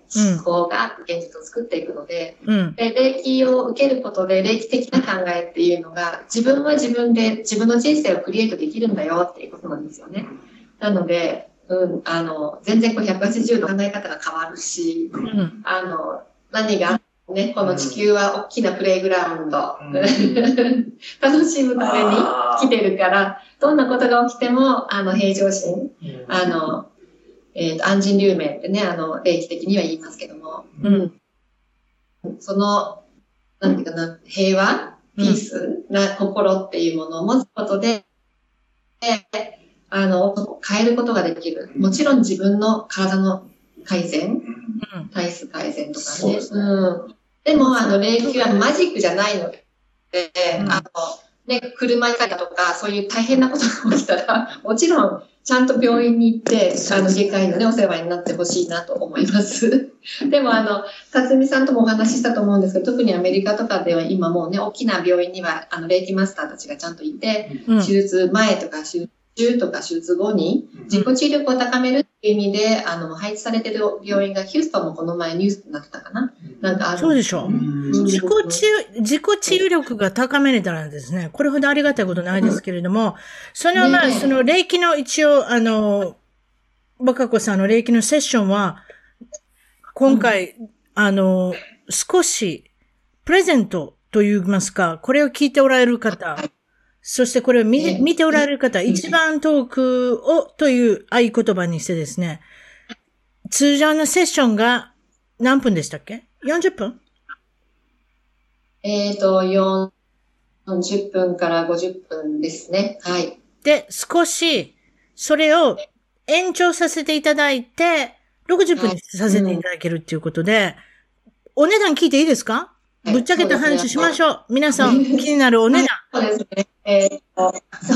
思考が現実を作っていくので、 うん、 で霊気を受けることで霊気的な考えっていうのが自分は自分で自分の人生をクリエイトできるんだよっていうことなんですよね。なので、うん、あの全然こうひゃくはちじゅうど考え方が変わるし、うん、あの何がね、この地球は大きなプレイグラウンド、うん、楽しむために来てるから、どんなことが起きても、あの、平常心、うん、あの、えっ、ー、と、安心流面ってね、あの、霊気的には言いますけども、うん、その、なんていうかな、平和、ピースな心っていうものを持つことで、あの、変えることができる。もちろん自分の体の改善、体質改善とかね。うんでも、あの、霊気はマジックじゃないので、うん、あの、ね、車にかけたとか、そういう大変なことが起きたら、もちろん、ちゃんと病院に行って、あの、外科医のね、お世話になってほしいなと思います。でも、あの、辰巳さんともお話ししたと思うんですけど、特にアメリカとかでは今もうね、大きな病院には、あの、霊気マスターたちがちゃんといて、うん、手術前とか手術中とか手術後に自己治癒力を高めるっていう意味で、あの、配置されてる病院がヒューストンもこの前ニュースになってたかななんかある。 そうでしょう。自己治癒、自己治癒力が高めれたらですね、これほどありがたいことないですけれども、そのまあ、その霊気の一応、あの、若子さんの霊気のセッションは、今回、あの、少し、プレゼントと言いますか、これを聞いておられる方、そしてこれを見て、見ておられる方、一番トークをという合言葉にしてですね、通常のセッションが何分でしたっけ ?よんじゅっ 分えっと、よんじゅっぷんからごじゅっぷんですね。はい。 で、少し、それを延長させていただいて、ろくじゅっぷんにさせていただけるっていうことで、お値段聞いていいですか？ぶっちゃけた話しましょう。皆さん、気になるお値段。 そうですね。えー、っと、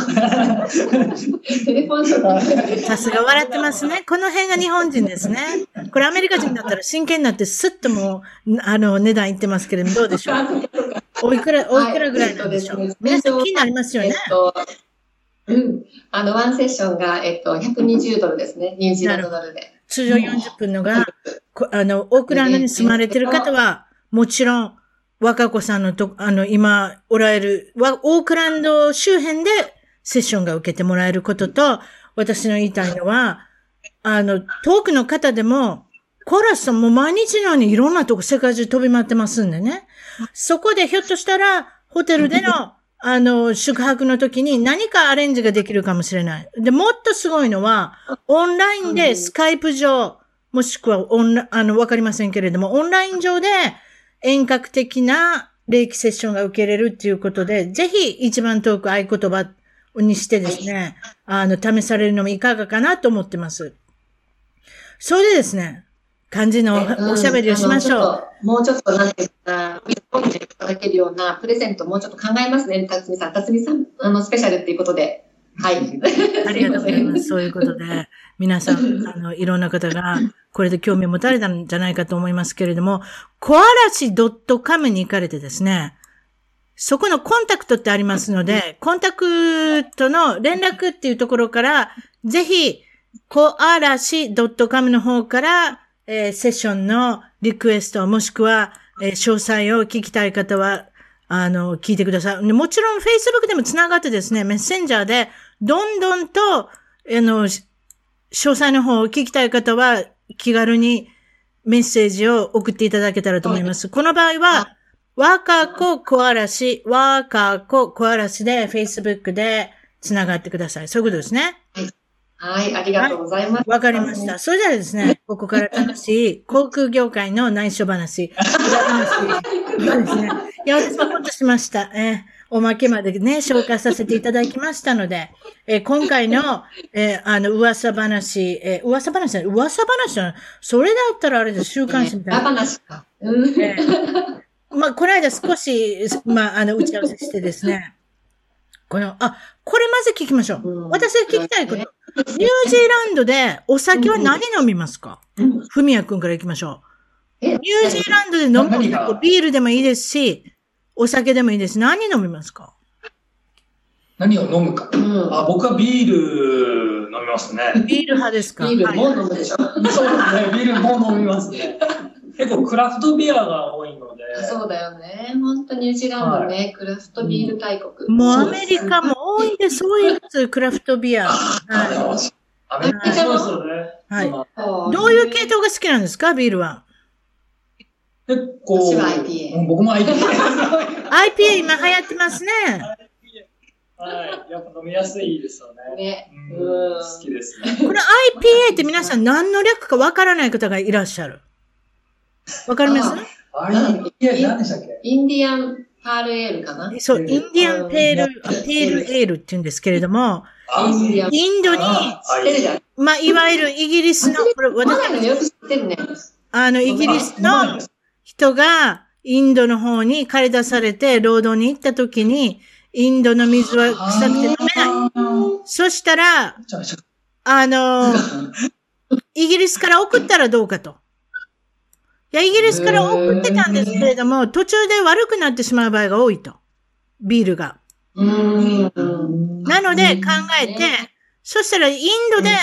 テレフォンショップ。さすが笑ってますね。この辺が日本人ですね。これアメリカ人だったら真剣になってスッともう、あの、値段言ってますけれども、どうでしょう？おいくら、おいくらぐらいなんでしょう？はい、皆さん気になりますよね。えっと、 うん。あの、ワンセッションが、えっと、ひゃくにじゅうドルですね。ニュージーランドドルで。 通常よんじゅっぷんのが、あの、オークランドに住まれてる方は、もちろん、若子さんのと、あの、今、おられる、オークランド周辺でセッションが受けてもらえることと、私の言いたいのは、あの、遠くの方でも、コーラスさんも毎日のようにいろんなとこ世界中飛び回ってますんでね。そこでひょっとしたら、ホテルでの、あの、宿泊の時に何かアレンジができるかもしれない。で、もっとすごいのは、オンラインでスカイプ上、もしくはオンラ、あの、わかりませんけれども、オンライン上で、遠隔的な霊気セッションが受けれるっていうことで、ぜひ一番遠く合言葉にしてですね、あの、試されるのもいかがかなと思ってます。それでですね、感じの お, おしゃべりをしましょう。もうちょっとなんていうか、見込んでいただけるようなプレゼントもうちょっと考えますね、辰巳さん。辰巳さん、あの、スペシャルっていうことで。はい。 ありがとうございます。そういうことで、皆さん、あの、いろんな方が、これで興味を持たれたんじゃないかと思いますけれども、コアラシ .com に行かれてですね、そこのコンタクトってありますので、コンタクトの連絡っていうところから、ぜひ、コアラシ .com の方から、えー、セッションのリクエスト、もしくは、えー、詳細を聞きたい方は、あの、聞いてください。もちろん Facebook でもつながってですね、メッセンジャーで、どんどんと、あの、詳細の方を聞きたい方は、気軽にメッセージを送っていただけたらと思います。この場合は、ワーカーココアラシ、ワーカーココアラシで Facebook でつながってください。そういうことですね。 はい。はい、ありがとうございます。 わ、はい、かりました。それではですね、ここから楽しい航空業界の内緒話。そうですね。いや、私もほっとしました。えー、おまけまでね、紹介させていただきましたので、えー、今回の、えー、あの、噂話、えー、噂話、噂話は、それだったらあれです、週刊誌みたいな。 噂話か。うん。 えー、まあ、この間少し、まあ、あの、打ち合わせしてですね、この、あ、これまず聞きましょう。うん、私が聞きたいこと。ニュージーランドでお酒は何飲みますか？ふみやくんから行きましょう。ニュージーランドで飲むお酒、ビールでもいいですし、お酒でもいいです。何飲みますか？ 何を飲むか。うん、あ、僕はビール飲みますね。 ビール派ですか？ ビールも飲むでしょ。 そうですね。ビールも飲みますね。結構クラフトビアが多いので。 そうだよね。本当ニュージーランドね、はい、クラフトビール大国。 もうアメリカも多いです、そういうやつ、クラフトビア。はい。 アメリカもそうですよね。 はい。どういう系統が好きなんですか、ビールは？ 結構。 私は アイピーエー。 僕も アイピーエー。 アイピーエー 今流行ってますね。 はい。やっぱ飲みやすいですよね。 ね。 うん。好きですね。 これ アイピーエー って皆さん何の略かわからない方がいらっしゃる。わかります？ アイピーエー 何でしたっけ？ インディアンパールエールかな？ そう、インディアンペール、ペールエールって言うんですけれども、インドに、まあ、いわゆるイギリスの、これ私よく知ってるね。 あの、イギリスの人がインドの方に駆り出されて労働に行った時に、インドの水は臭くて飲めない。そしたら、あの、イギリスから送ったらどうかと。いや、イギリスから送ってたんですけれども、途中で悪くなってしまう場合が多いと。ビールが。なので考えて、そしたらインドで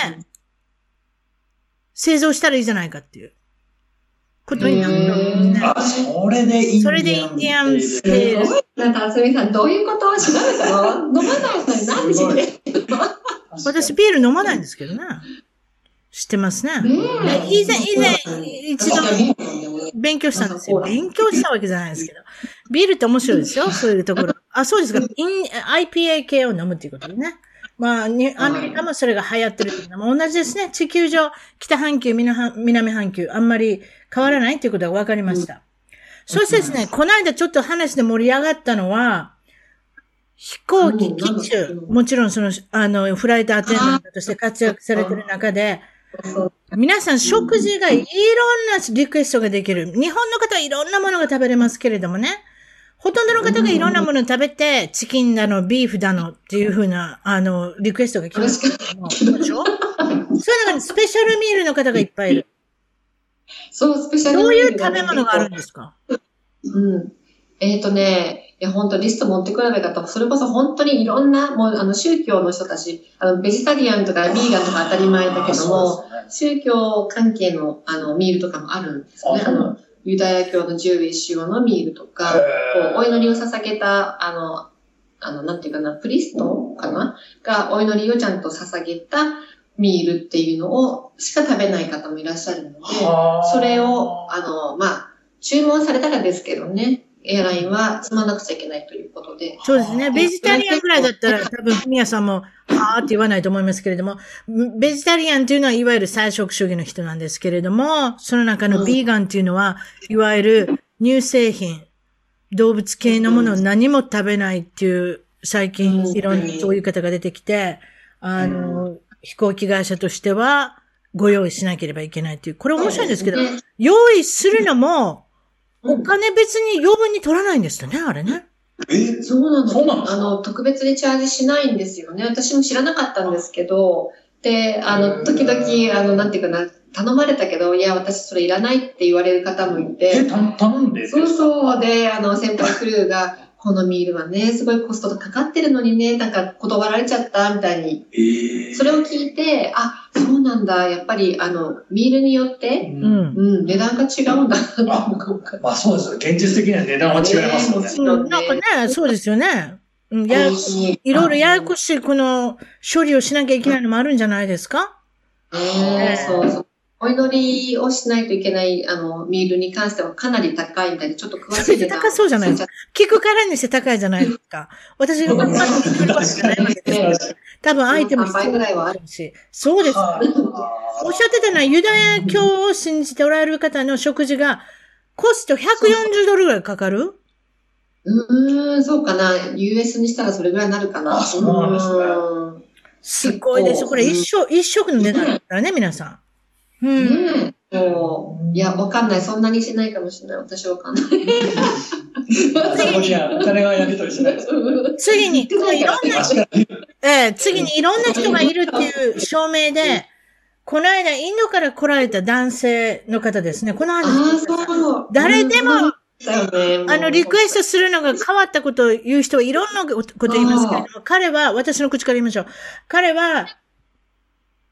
製造したらいいじゃないかっていうことになるんですね。 あ、それでインディアン。 それでインディアンペール。 なんか、あすみさん、どういうことを調べたの？飲まないのになんで知ってるの？ 私ビール飲まないんですけどね。知ってますね。以前、以前、一度勉強したんですよ。勉強したわけじゃないですけど。ビールって面白いですよ。そういうところ。あ、そうですか。アイピーエー 系を飲むっていうことでね。まあ、アメリカもそれが流行ってるっていうのも同じですね。地球上、北半球、南半球、あんまり変わらないっていうことが分かりました。そしてですね、この間ちょっと話で盛り上がったのは、飛行機機種、もちろんその、あの、フライトアテンダントとして活躍されてる中で、皆さん食事がいろんなリクエストができる。日本の方はいろんなものが食べれますけれどもね。ほとんどの方がいろんなものを食べて、チキンだの、ビーフだのっていうふうな、あの、リクエストが来ますけれども。でしょ？そういうのがスペシャルミールの方がいっぱいいる。 そう、スペシャルミール。 どういう食べ物があるんですか？ うん。えっとね、いや、本当リスト持ってくればよかった。それこそ本当にいろんな、もう、あの、宗教の人たち、あの、ベジタリアンとかビーガンとか当たり前だけども、ね、宗教関係の、あの、ミールとかもあるんですよね。あの、ユダヤ教のジューイッシュ用のミールとか、こう、お祈りを捧げた、あの、あの、なんていうかな、プリストかなが、お祈りをちゃんと捧げたミールっていうのを、しか食べない方もいらっしゃるので、それを、あの、まあ、注文されたらですけどね、エアラインは積まなくちゃいけないということで。 そうですね。ベジタリアンぐらいだったら多分、ふみやさんも、はーって言わないと思いますけれども、ベジタリアンっていうのはいわゆる菜食主義の人なんですけれども、その中のビーガンっていうのは、いわゆる乳製品、動物系のものを何も食べないっていう、最近いろんなそういう方が出てきて、あの、飛行機会社としては、ご用意しなければいけないっていう、これ面白いんですけど、用意するのも、お金別に余分に取らないんですよね、あれね。 え、そうなの？そうなんですか？あの、特別にチャージしないんですよね。私も知らなかったんですけど、で、あの、時々、あの、なんていうかな、頼まれたけど、いや、私それいらないって言われる方もいて。 え、頼んで？ そうそう。で、あの、先輩クルーが、このミールはね、すごいコストがかかってるのにね、なんか断られちゃったみたいに。えー、それを聞いて、あ、そうなんだ。やっぱり、あの、ミールによって、うん、うん、値段が違うんだなって思うから。 まあそうですよ。現実的には値段は違いますよね。 うん、なんかね、そうですよね。うん、ややこしい、いろいろややこしい、この、処理をしなきゃいけないのもあるんじゃないですか？ ええー、そうそう。お祈りをしないといけない、あの、ミールに関してはかなり高いみたいで、ちょっと詳しい値段。 高そうじゃないですか。聞くからにして高いじゃないですか。私が分かって言ってるわけじゃないわけです多分アイテムさんばいぐらいはあるし。そうです。おっしゃってたのは、ユダヤ教を信じておられる方の食事が、コストひゃくよんじゅうドルぐらいかかる？ うーん、そうかな。ユーエス にしたらそれぐらいになるかな。 あ、そうなんですね。すごいです。これ一食、一食の値段だからね、皆さん。 うん。ねえ。もう、いや、わかんない。そんなにしないかもしれない。私はわかんない。次に、お金はやり取りしないです。 次に、いろんな人、えー、次にいろんな人がいるっていう証明で、この間、インドから来られた男性の方ですね。この間、誰でも、あの、リクエストするのが変わったことを言う人はいろんなこと言いますけれども、彼は、私の口から言いましょう。彼は、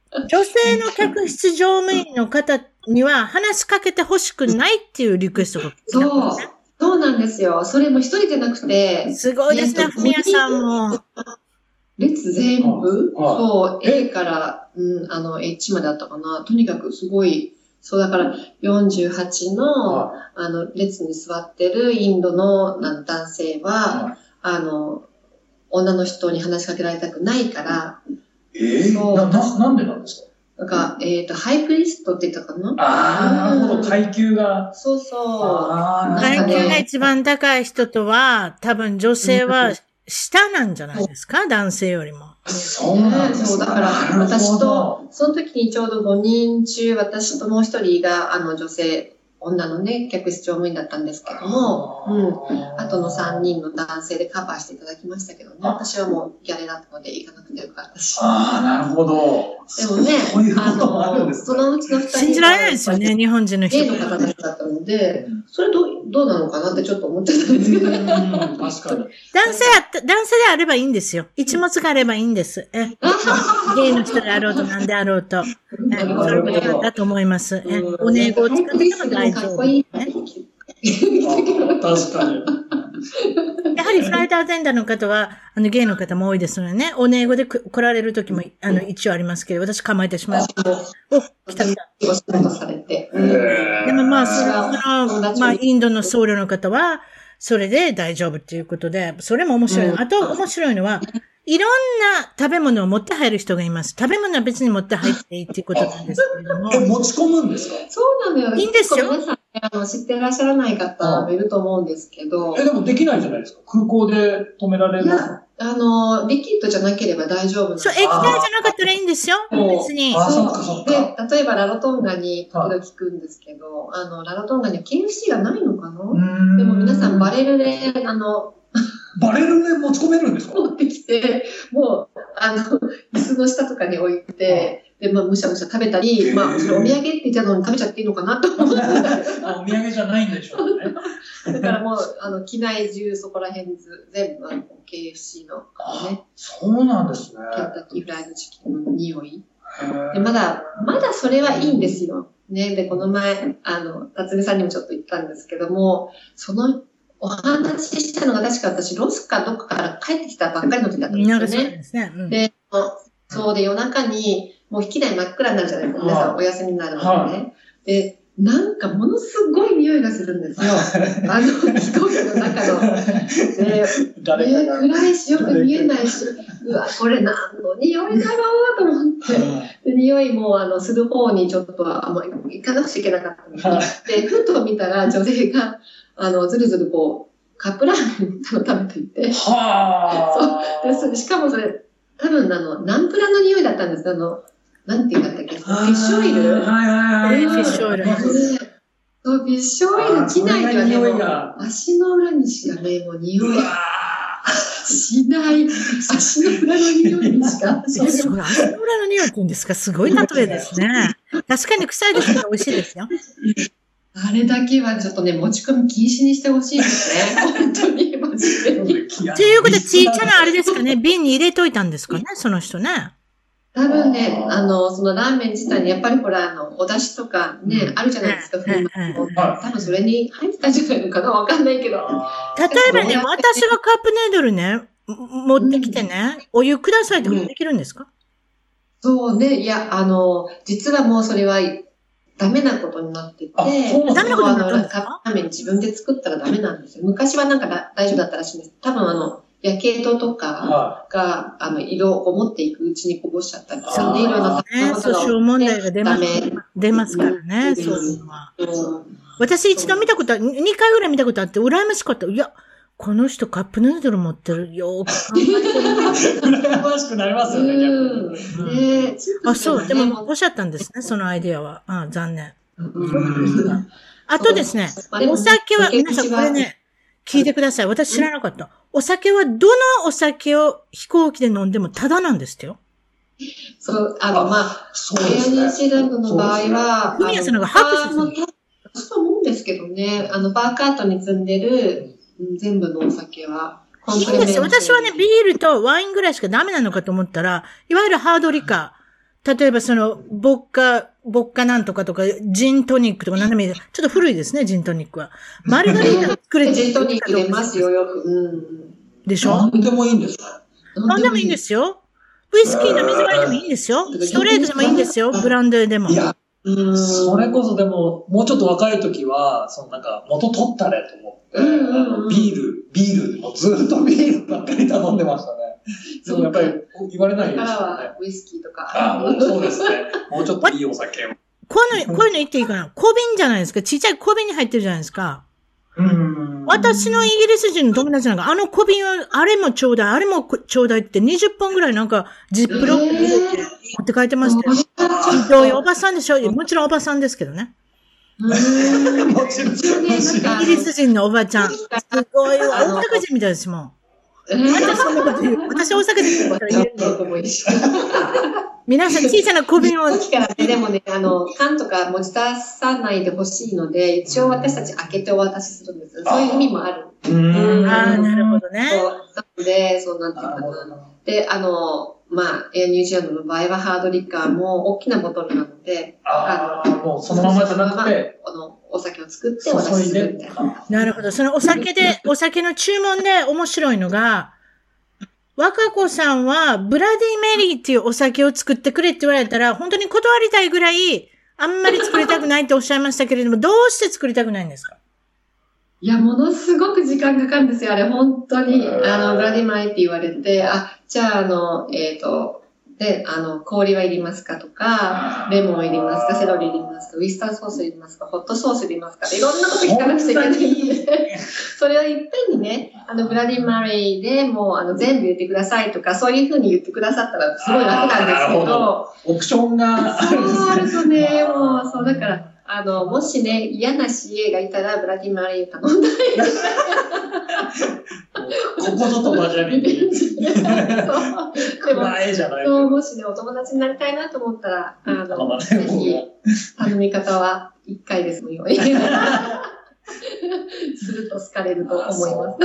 女性の客室乗務員の方には話しかけてほしくないっていうリクエストが来たんですね。 そう。そうなんですよ。それも一人じゃなくて。 すごいですね、ふみやさんも。 列全部、 ああそう、A から、うん、あの、H まであったかな。とにかくすごい、そうだからよんじゅうはちの、 ああの、列に座ってるインドのあの男性は、あの、女の人に話しかけられたくないから、 えー、 そうな、な、なんでなんですか？ なんか、えっ、と、ハイプリストって言ったかな。 ああ、なるほど、階級が。 そうそう。 ああ、 階なんかね級が一番高い人とは、多分女性は下なんじゃないですか、男性よりも。 そうなんですね。 そう、だから、私と、その時にちょうどごにん中、私ともう一人が、あの、女性、女のね、客室乗務員だったんですけども、うん。あとのさんにんの男性でカバーしていただきましたけどね。私はもうギャレだったので行かなくてよかったし。 ああ、なるほど。 でもね、 そういうこともあるんですね。 そのうちのふたり信じられないですよね、日本人の人。 ゲイの方たちだったので、それどう、どうなのかなってちょっと思ってたんですけど。 確かに。 男性やった、男性であればいいんですよ。一物があればいいんです。え、ゲイの人であろうと何であろうと。え、それもだと思います。え、お姉語を使っても大丈夫。ね、 確かに。 やはりフライトアテンダーの方は、あの、ゲイの方も多いですのでね、お姉語で来られる時も、あの、一応ありますけど、私構えてしまう。お、来た来た。 お仕事されて。 でもまあ、その、まあ、インドの僧侶の方は、それで大丈夫っていうことで、それも面白い。あと、面白いのは、いろんな食べ物を持って入る人がいます。食べ物は別に持って入っていいっていうことなんですけれども。 え、持ち込むんですか？ そうなのよ。 いいんですよ。 皆さん、あの、知ってらっしゃらない方もいると思うんですけど。 え、でもできないじゃないですか。空港で止められる。 いや、あの、リキッドじゃなければ大丈夫なんです。 そう、液体じゃなかったらいいんですよ。別に。 あ、そっかそっか。 で、例えばラロトンガに時々聞くんですけど、あの、ラロトンガには ケーエフシー がないのかな？でも皆さんバレルで、あの、 バレルで持ち込めるんですか？ 持ってきて、もう、あの、椅子の下とかに置いて、で、まあ、むしゃむしゃ食べたり、まあ、それお土産って言ったのに食べちゃっていいのかなと思ってあ、お土産じゃないんでしょうね。 だからもう、あの、機内中そこら辺ず全部、あの、ケーエフシー の、ね。 そうなんですね。 ケンタッキーフライドチキンの匂い。で、まだ、まだそれはいいんですよ。ね。で、この前、あの、辰巳さんにもちょっと言ったんですけども、その、お話ししたのが確か私、ロスかどっかから帰ってきたばっかりの時だったんですよね。 そうですね。うん、 で、そうで夜中に、もう機内真っ暗になるじゃないですか。皆さんお休みになるのでね。はい、で、なんかものすごい匂いがするんですよ。あの、飛行機の中の。で、誰かが暗いし、よく見えないし、うわ、これ何の匂いだろうと思って、で匂いも、あの、する方にちょっと、あの、行かなくちゃいけなかったので、はい、で、ふと見たら女性が、あの、ずるずるこう、カップラーメンを食べていて。はぁ。そう。で、しかもそれ、多分あの、ナンプラの匂いだったんです。あの、なんて言うんだったっけ、フィッシュオイル。 はいはいはい。フィッシュオイル。 そう、フィッシュオイル機内にはね、もう、足の裏にしかね、もう匂い。しない。足の裏の匂いにしか。 すごい。足の裏の匂いって言うんですか？すごい例えですね。確かに臭いですけど美味しいですよ。 あれだけはちょっとね、持ち込み禁止にしてほしいですね。本当に、マジで。ということで、ちいちゃなあれですかね、瓶に入れといたんですかね、その人ね。 多分ね、あの、そのラーメン自体にやっぱりほら、あの、お出汁とかね、うん、あるじゃないですか、粉末も。多分それに入ってたんじゃないのかな、わかんないけど。 例えばね、私がカップヌードルね、持ってきてね、うん、お湯くださいってできるんですか？ そうね、いや、あの、実はもうそれは、ダメなことになってて、ダメなことになったんですか？ カップラーメン自分で作ったらダメなんですよ。昔はなんか大丈夫だったらしいんです。多分あの、やけどとかが、はい、あの、色を持っていくうちにこぼしちゃったりとかね、いろいろな。 ね、訴訟問題が出ます、出ますからね、そういうのは。私一度見たことは、にかいぐらい見たことあって、羨ましかった。いや、この人カップヌードル持ってるよーく考えてる。 羨ましくなりますよね、逆に。 ね、あ、そう。でも、おっしゃったんですね、そのアイディアは。あ、残念。あとですね、お酒は、皆さんこれね、聞いてください。私知らなかった。お酒は、どのお酒を飛行機で飲んでもタダなんですってよ。 そう、あの、まあ、エアニュージーランドの場合は、 ふみやさんのがハープする。 そう思うんですけどね、あの、バーカートに積んでる、全部のお酒は。 いいんですよ。私はね、ビールとワインぐらいしかダメなのかと思ったら、いわゆるハードリカ例えばその、ボッカ、ボッカなんとかとか、ジントニックとか何でもいいです。ちょっと古いですね、ジントニックは。マルガリータ作れてジントニック出ますよ、よく。うん。 でしょ？ 何でもいいんですか？ 何でもいいんですよ。ウイスキーの水割りでもいいんですよ。ストレートでもいいんですよ、ブランデーでも。 いや、それこそでも、もうちょっと若い時は、そのなんか、元取ったれと思って、うんうんうん、ビール、ビール、もうずっとビールばっかり頼んでましたね。でもやっぱり言われないですよね。 だからはウイスキーとか。 ああ、そうですね。もうちょっといいお酒を。 こういうの、こういうの言っていいかな。小瓶じゃないですか。ちっちゃい小瓶に入ってるじゃないですか。 うん。 私のイギリス人の友達なんか、あの小瓶は、あれもちょうだい、あれもちょうだいってにじゅっぽんぐらいなんか、ジップロックに入れて持って帰ってましたよ。ひどいおばさんでしょ。もちろんおばさんですけどね。 もちろん。 イギリス人のおばちゃん。すごいわ。大阪人みたいですもん。私そんなこと言う。私大阪人だったら言う。皆さん小さな小瓶を。 でもね、あの、缶とか持ち出さないでほしいので、一応私たち開けてお渡しするんです。そういう意味もある。 ああ、なるほどね。 そう。なので、そうなんていうかな。で、あの、まあ、エアニュージーランドの場合はハードリカーも大きなボトルなので、 ああ、もうそのままじゃなくて、 あの、お酒を作ってお出しするみたいな。 なるほど。そのお酒で、お酒の注文で面白いのが、若子さんは、ブラディメリーっていうお酒を作ってくれって言われたら、本当に断りたいぐらい、あんまり作りたくないっておっしゃいましたけれども、どうして作りたくないんですか？ いや、ものすごく時間かかるんですよ。あれ、本当に。あの、ブラディマイって言われて、あ、じゃあ、あの、えっと、で、あの、氷はいりますかとか、レモンいりますか、セロリいりますか、ウィスターソースいりますか、ホットソースいりますか、いろんなこと聞かなくちゃいけないので、それをいっぺんにね、あの、ブラディマリーでもう、あの、全部言ってくださいとか、そういうふうに言ってくださったらすごい楽なんですけど、 オプションがあるんですね。 そうあるとね、もう、そう、だから、あの、もしね、嫌な シーエー がいたら、ブラディマリー頼んだり。 ここぞとばじゃりに。 そう。でも、 えじゃないそう、もしね、お友達になりたいなと思ったら、あの、ぜひ、頼み方はいっかいですように。すると好かれると思います。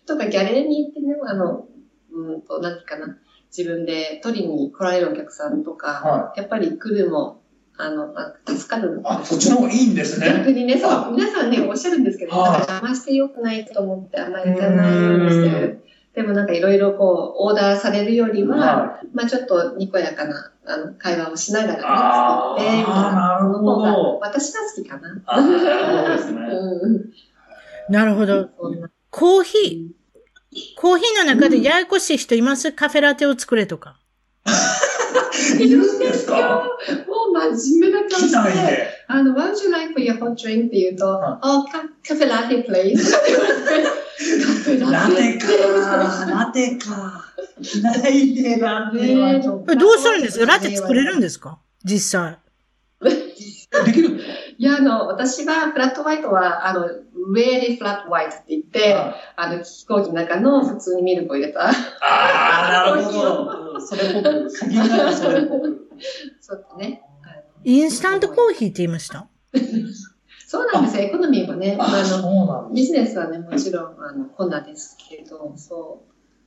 とか、ギャレーに行ってね、あの、うんと、なんていうかな、自分で取りに来られるお客さんとか、はい、やっぱり来るも、あの、助かる。 あ、そっちの方がいいんですね。 逆にね、そう、皆さんね、おっしゃるんですけど、なんか邪魔してよくないと思ってあんまり行かないようにしてる。でもなんかいろいろこう、オーダーされるよりは、はい、まあちょっとにこやかなあの会話をしながらね、作って、みたいなの方が、私は好きかな。 あ、なるほどですね。 うん、 なるほど。コーヒー、コーヒーの中でややこしい人います？カフェラテを作れとか。 いるんですよ。もう真面目な感じで。あの、What would you like for your hot drink? って言うと、Oh, カフェラテ please. カフェラテか。ラテか。ないでラテはちょっと。 どうするんですか？ラテ作れるんですか？実際。 できる？ いや、あの、私はフラットホワイトは、あの、really flat white って言って、あ, あの、飛行機の中の普通にミルクを入れた。 ああ、なるほど。それっぽく。限りなくそれっぽく。 そうだね。 インスタントコーヒーって言いました？ そうなんですよ。エコノミーはね。 ああのビジネスはね、もちろん、あの、困難ですけど、そう。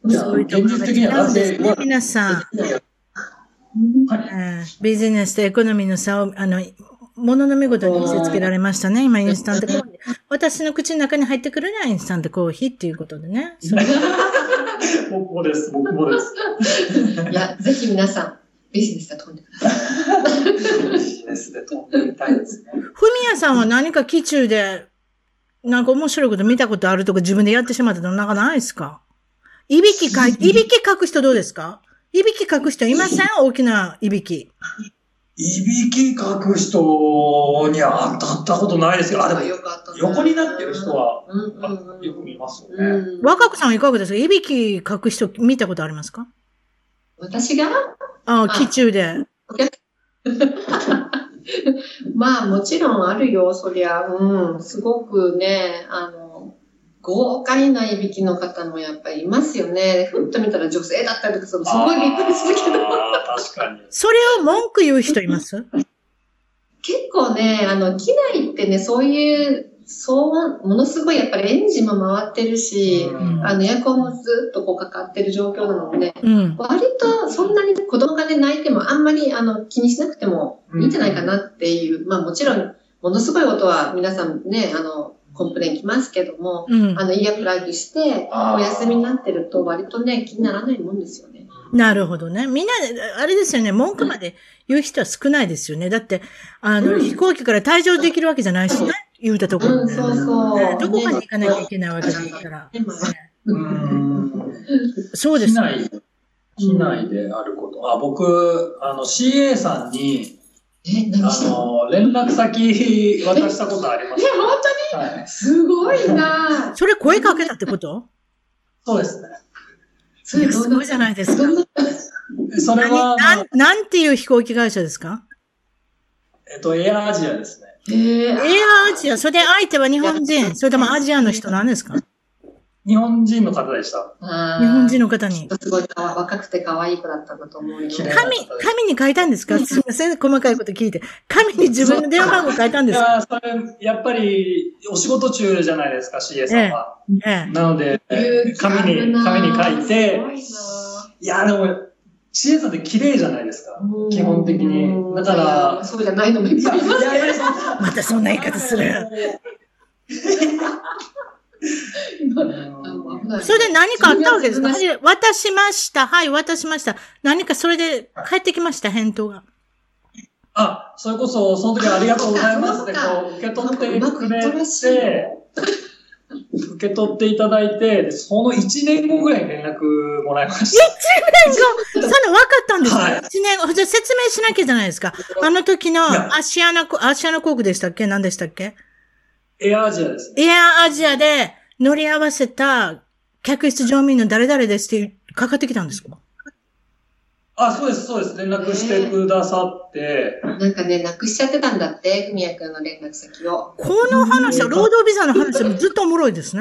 じゃあ、現実的にはなぜ、 ね、皆さん、はい、ビジネスとエコノミーの差を、あの、ものの見事に見せつけられましたね。今、インスタントコーヒー。私の口の中に入ってくるのはインスタントコーヒーっていうことでね。 僕もです、僕もです。 いや、ぜひ皆さん、ビジネスで飛んでください。 ビジネスで飛んでみたいですね。 ふみやさんは何か基中で、なんか面白いこと見たことあるとか自分でやってしまったのなんかないですか？いびきかい、いびきかく人どうですか？いびきかく人いません？大きないびき。 いびきかく人には当たったことないですけど、あ、でも横になってる人はよく見ますよね。 若子さんはいかがですか？いびきかく人見たことありますか？ 私がああ、気中で。 まあもちろんあるよ、そりゃ。うん。すごくね、あの、豪快ないびきの方もやっぱりいますよね。ふっと見たら女性だったりとかするとすごいびっくりするけど。 確かに。 それを文句言う人います？ 結構ね、あの、機内ってね、そういうそう、ものすごいやっぱりエンジンも回ってるし、 うん、 あのエアコンもずっとこうかかってる状況なので、 うん、 割とそんなに子供がね泣いてもあんまりあの気にしなくてもいいんじゃないかなっていう、うん、まあもちろんものすごい音は皆さんね、あの、コンプレイン来ますけども、うん、あの、イヤープラグして、お休みになってると割とね、気にならないもんですよね。 なるほどね。みんな、あれですよね、文句まで言う人は少ないですよね。だって、あの、うん、飛行機から退場できるわけじゃないしね、言うたところ、 うん。そうそう。 どこかに行かなきゃいけないわけだから。ね、 うん、 そうですね。機内であること。あ、僕、あの、シーエー さんに、 え、何したのあの、連絡先渡したことあります。 え、本当に、はい、すごいなそれ声かけたってこと？ そうですね。 それすごいじゃないですか。 それは、 なん、なんていう飛行機会社ですか？ えっと、エアアジアですね。 えー、エアアジア、それで相手は日本人、それともアジアの人なんですか？ 日本人の方でした。 日本人の方に。 すごいかわ若くて可愛い子だったんだと思うよ。 紙、紙に書いたんですか？すみません、細かいこと聞いて。紙に自分の電話番号書いたんですか？ いや、それ、やっぱり、お仕事中じゃないですか、シーエー さんは。ええ、なので、紙に、紙に書いて、いや、でも、シーエー さんって綺麗じゃないですか、基本的に。だから、 そうじゃないのもいっぱいいますけど。 またそんな言い方する。それで何かあったわけですか？渡しました。はい、渡しました。何かそれで帰ってきました、返答が。 あ、それこそ、その時はありがとうございますって、こう、受け取ってくれて、受け取っていただいて、そのいちねんごぐらいに連絡もらいました。いちねんご？それ分かったんですか？はい、いちねんご。じゃあ説明しなきゃじゃないですか。あの時のアシアナ、アシアナ航空でしたっけ？何でしたっけ？ エアアジアですね。 エアアジアで乗り合わせた客室乗務員の誰々ですってかかってきたんですか？ あ、そうです、そうです。連絡してくださって。 なんかね、なくしちゃってたんだって、ふみやくんの連絡先を。 この話は、労働ビザの話もずっとおもろいですね。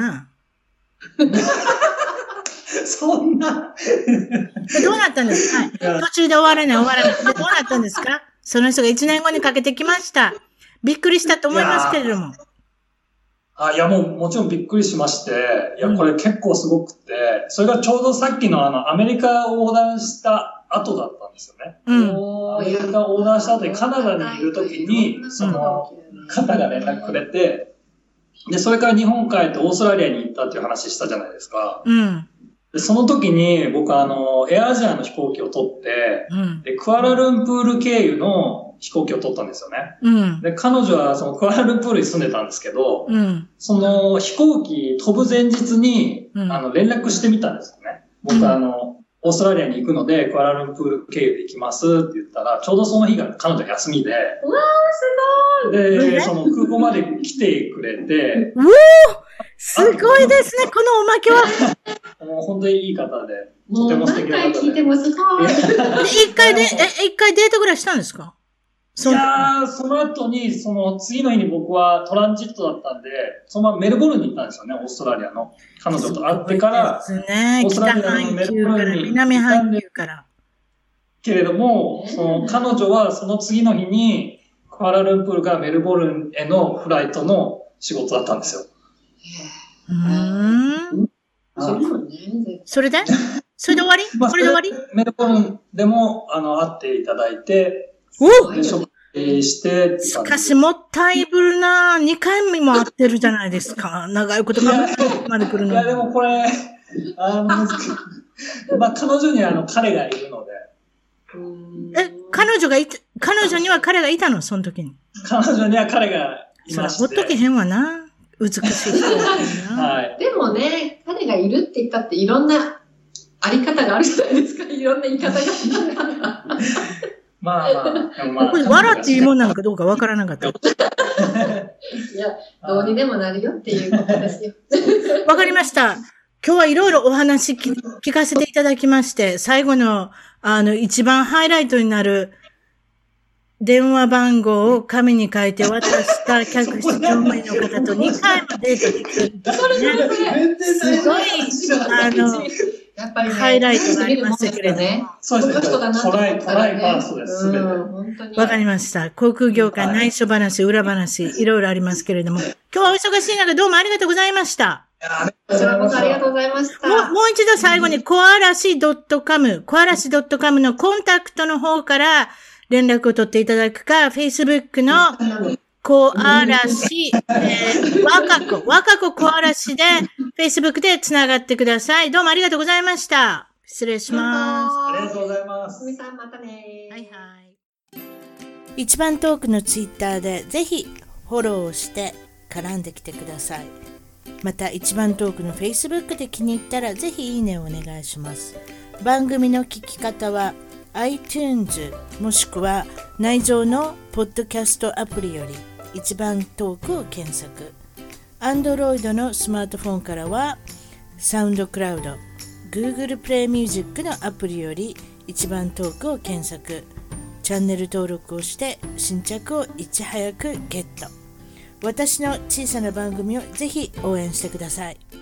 そんな。 どうなったんですか？はい。途中で終わらない、終わらない。で、どうなったんですか？その人がいちねんごにかけてきました。びっくりしたと思いますけれども。 あ、いや、もう、もちろんびっくりしまして、いや、これ結構すごくて、それがちょうどさっきのあの、アメリカを横断した後だったんですよね。うん。アメリカを横断した後にカナダにいるときに、その方が連絡くれて、で、それから日本帰ってオーストラリアに行ったっていう話したじゃないですか。うん。で、その時に僕あの、エアアジアの飛行機を取って、うん、で、クアラルンプール経由の飛行機を取ったんですよね。うん。で、彼女はそのクアラルンプールに住んでたんですけど、うん。その飛行機飛ぶ前日に、うん、あの、連絡してみたんですよね。僕、うん、あの、オーストラリアに行くので、クアラルンプール経由で行きますって言ったら、ちょうどその日が彼女休みで、うわー、すごい！で、その空港まで来てくれて、 うおー！すごいですね、このおまけは。 もう本当にいい方で、とても素敵な方で。 何回聞いてもすごい。 一回で、え、一回デートぐらいしたんですか？ いやー、その後に、その次の日に僕はトランジットだったんで、そのままメルボルンに行ったんですよね、オーストラリアの。彼女と会ってから、 そうですね、オーストラリアのメルボルンに南半球から。 けれども、その彼女はその次の日に、クアラルンプールからメルボルンへのフライトの仕事だったんですよ。 うーん。それでそれで終わり、まあ、それで終わりメルボルンでも、あの、会っていただいて、 おで、食事して、 しかし、もったいぶるな。にかいめも会ってるじゃないですか。長いこと考えてまで来るの。 いや、でもこれ、あの、まあ、彼女にはあの、彼がいるので。 え、彼女がいて、彼女には彼がいたのその時に。 彼女には彼がいまして。 そら、ほっとけへんわな。美しい人だな。はい。でもね、彼がいるって言ったっていろんなあり方があるじゃないですか。いろんな言い方が。 まあまあ、でもまあ。 これ笑っていいもんなのかどうかわからなかった。いや、どうにでもなるよっていうことですよ。 わかりました。今日はいろいろお話聞かせていただきまして、最後の、あの、一番ハイライトになる電話番号を紙に書いて渡した客室乗務員の方とにかいもデートできるんですね。すごい、あの、 やっぱりね、 ハイライトがありましたけれども。 ね、 そうですね。 この人だなと思トライ、トったらねライファーストです、すべて。 本当にわかりました。航空業界、内緒話、裏話、いろいろありますけれども。今日はお忙しい中、どうもありがとうございました。 こちらこそありがとうございました。 もう、もう一度最後に、コアラシ .com、コアラシ .com のコンタクトの方から連絡を取っていただくか、Facebook のコアラシ、えー、若子、若子コアラシで、Facebook でつながってください。どうもありがとうございました。失礼します。 ありがとうございます。 すみさん、またね。 はいはい。一番トークのツイッターでぜひフォローして絡んできてください。また一番トークの Facebook で気に入ったらぜひいいねをお願いします。番組の聞き方は iTunes もしくは内蔵のポッドキャストアプリより一番トークを検索。Android のスマートフォンからはサウンドクラウド、Google プレイミュージックのアプリより一番トークを検索。チャンネル登録をして新着をいち早くゲット。私の小さな番組をぜひ応援してください。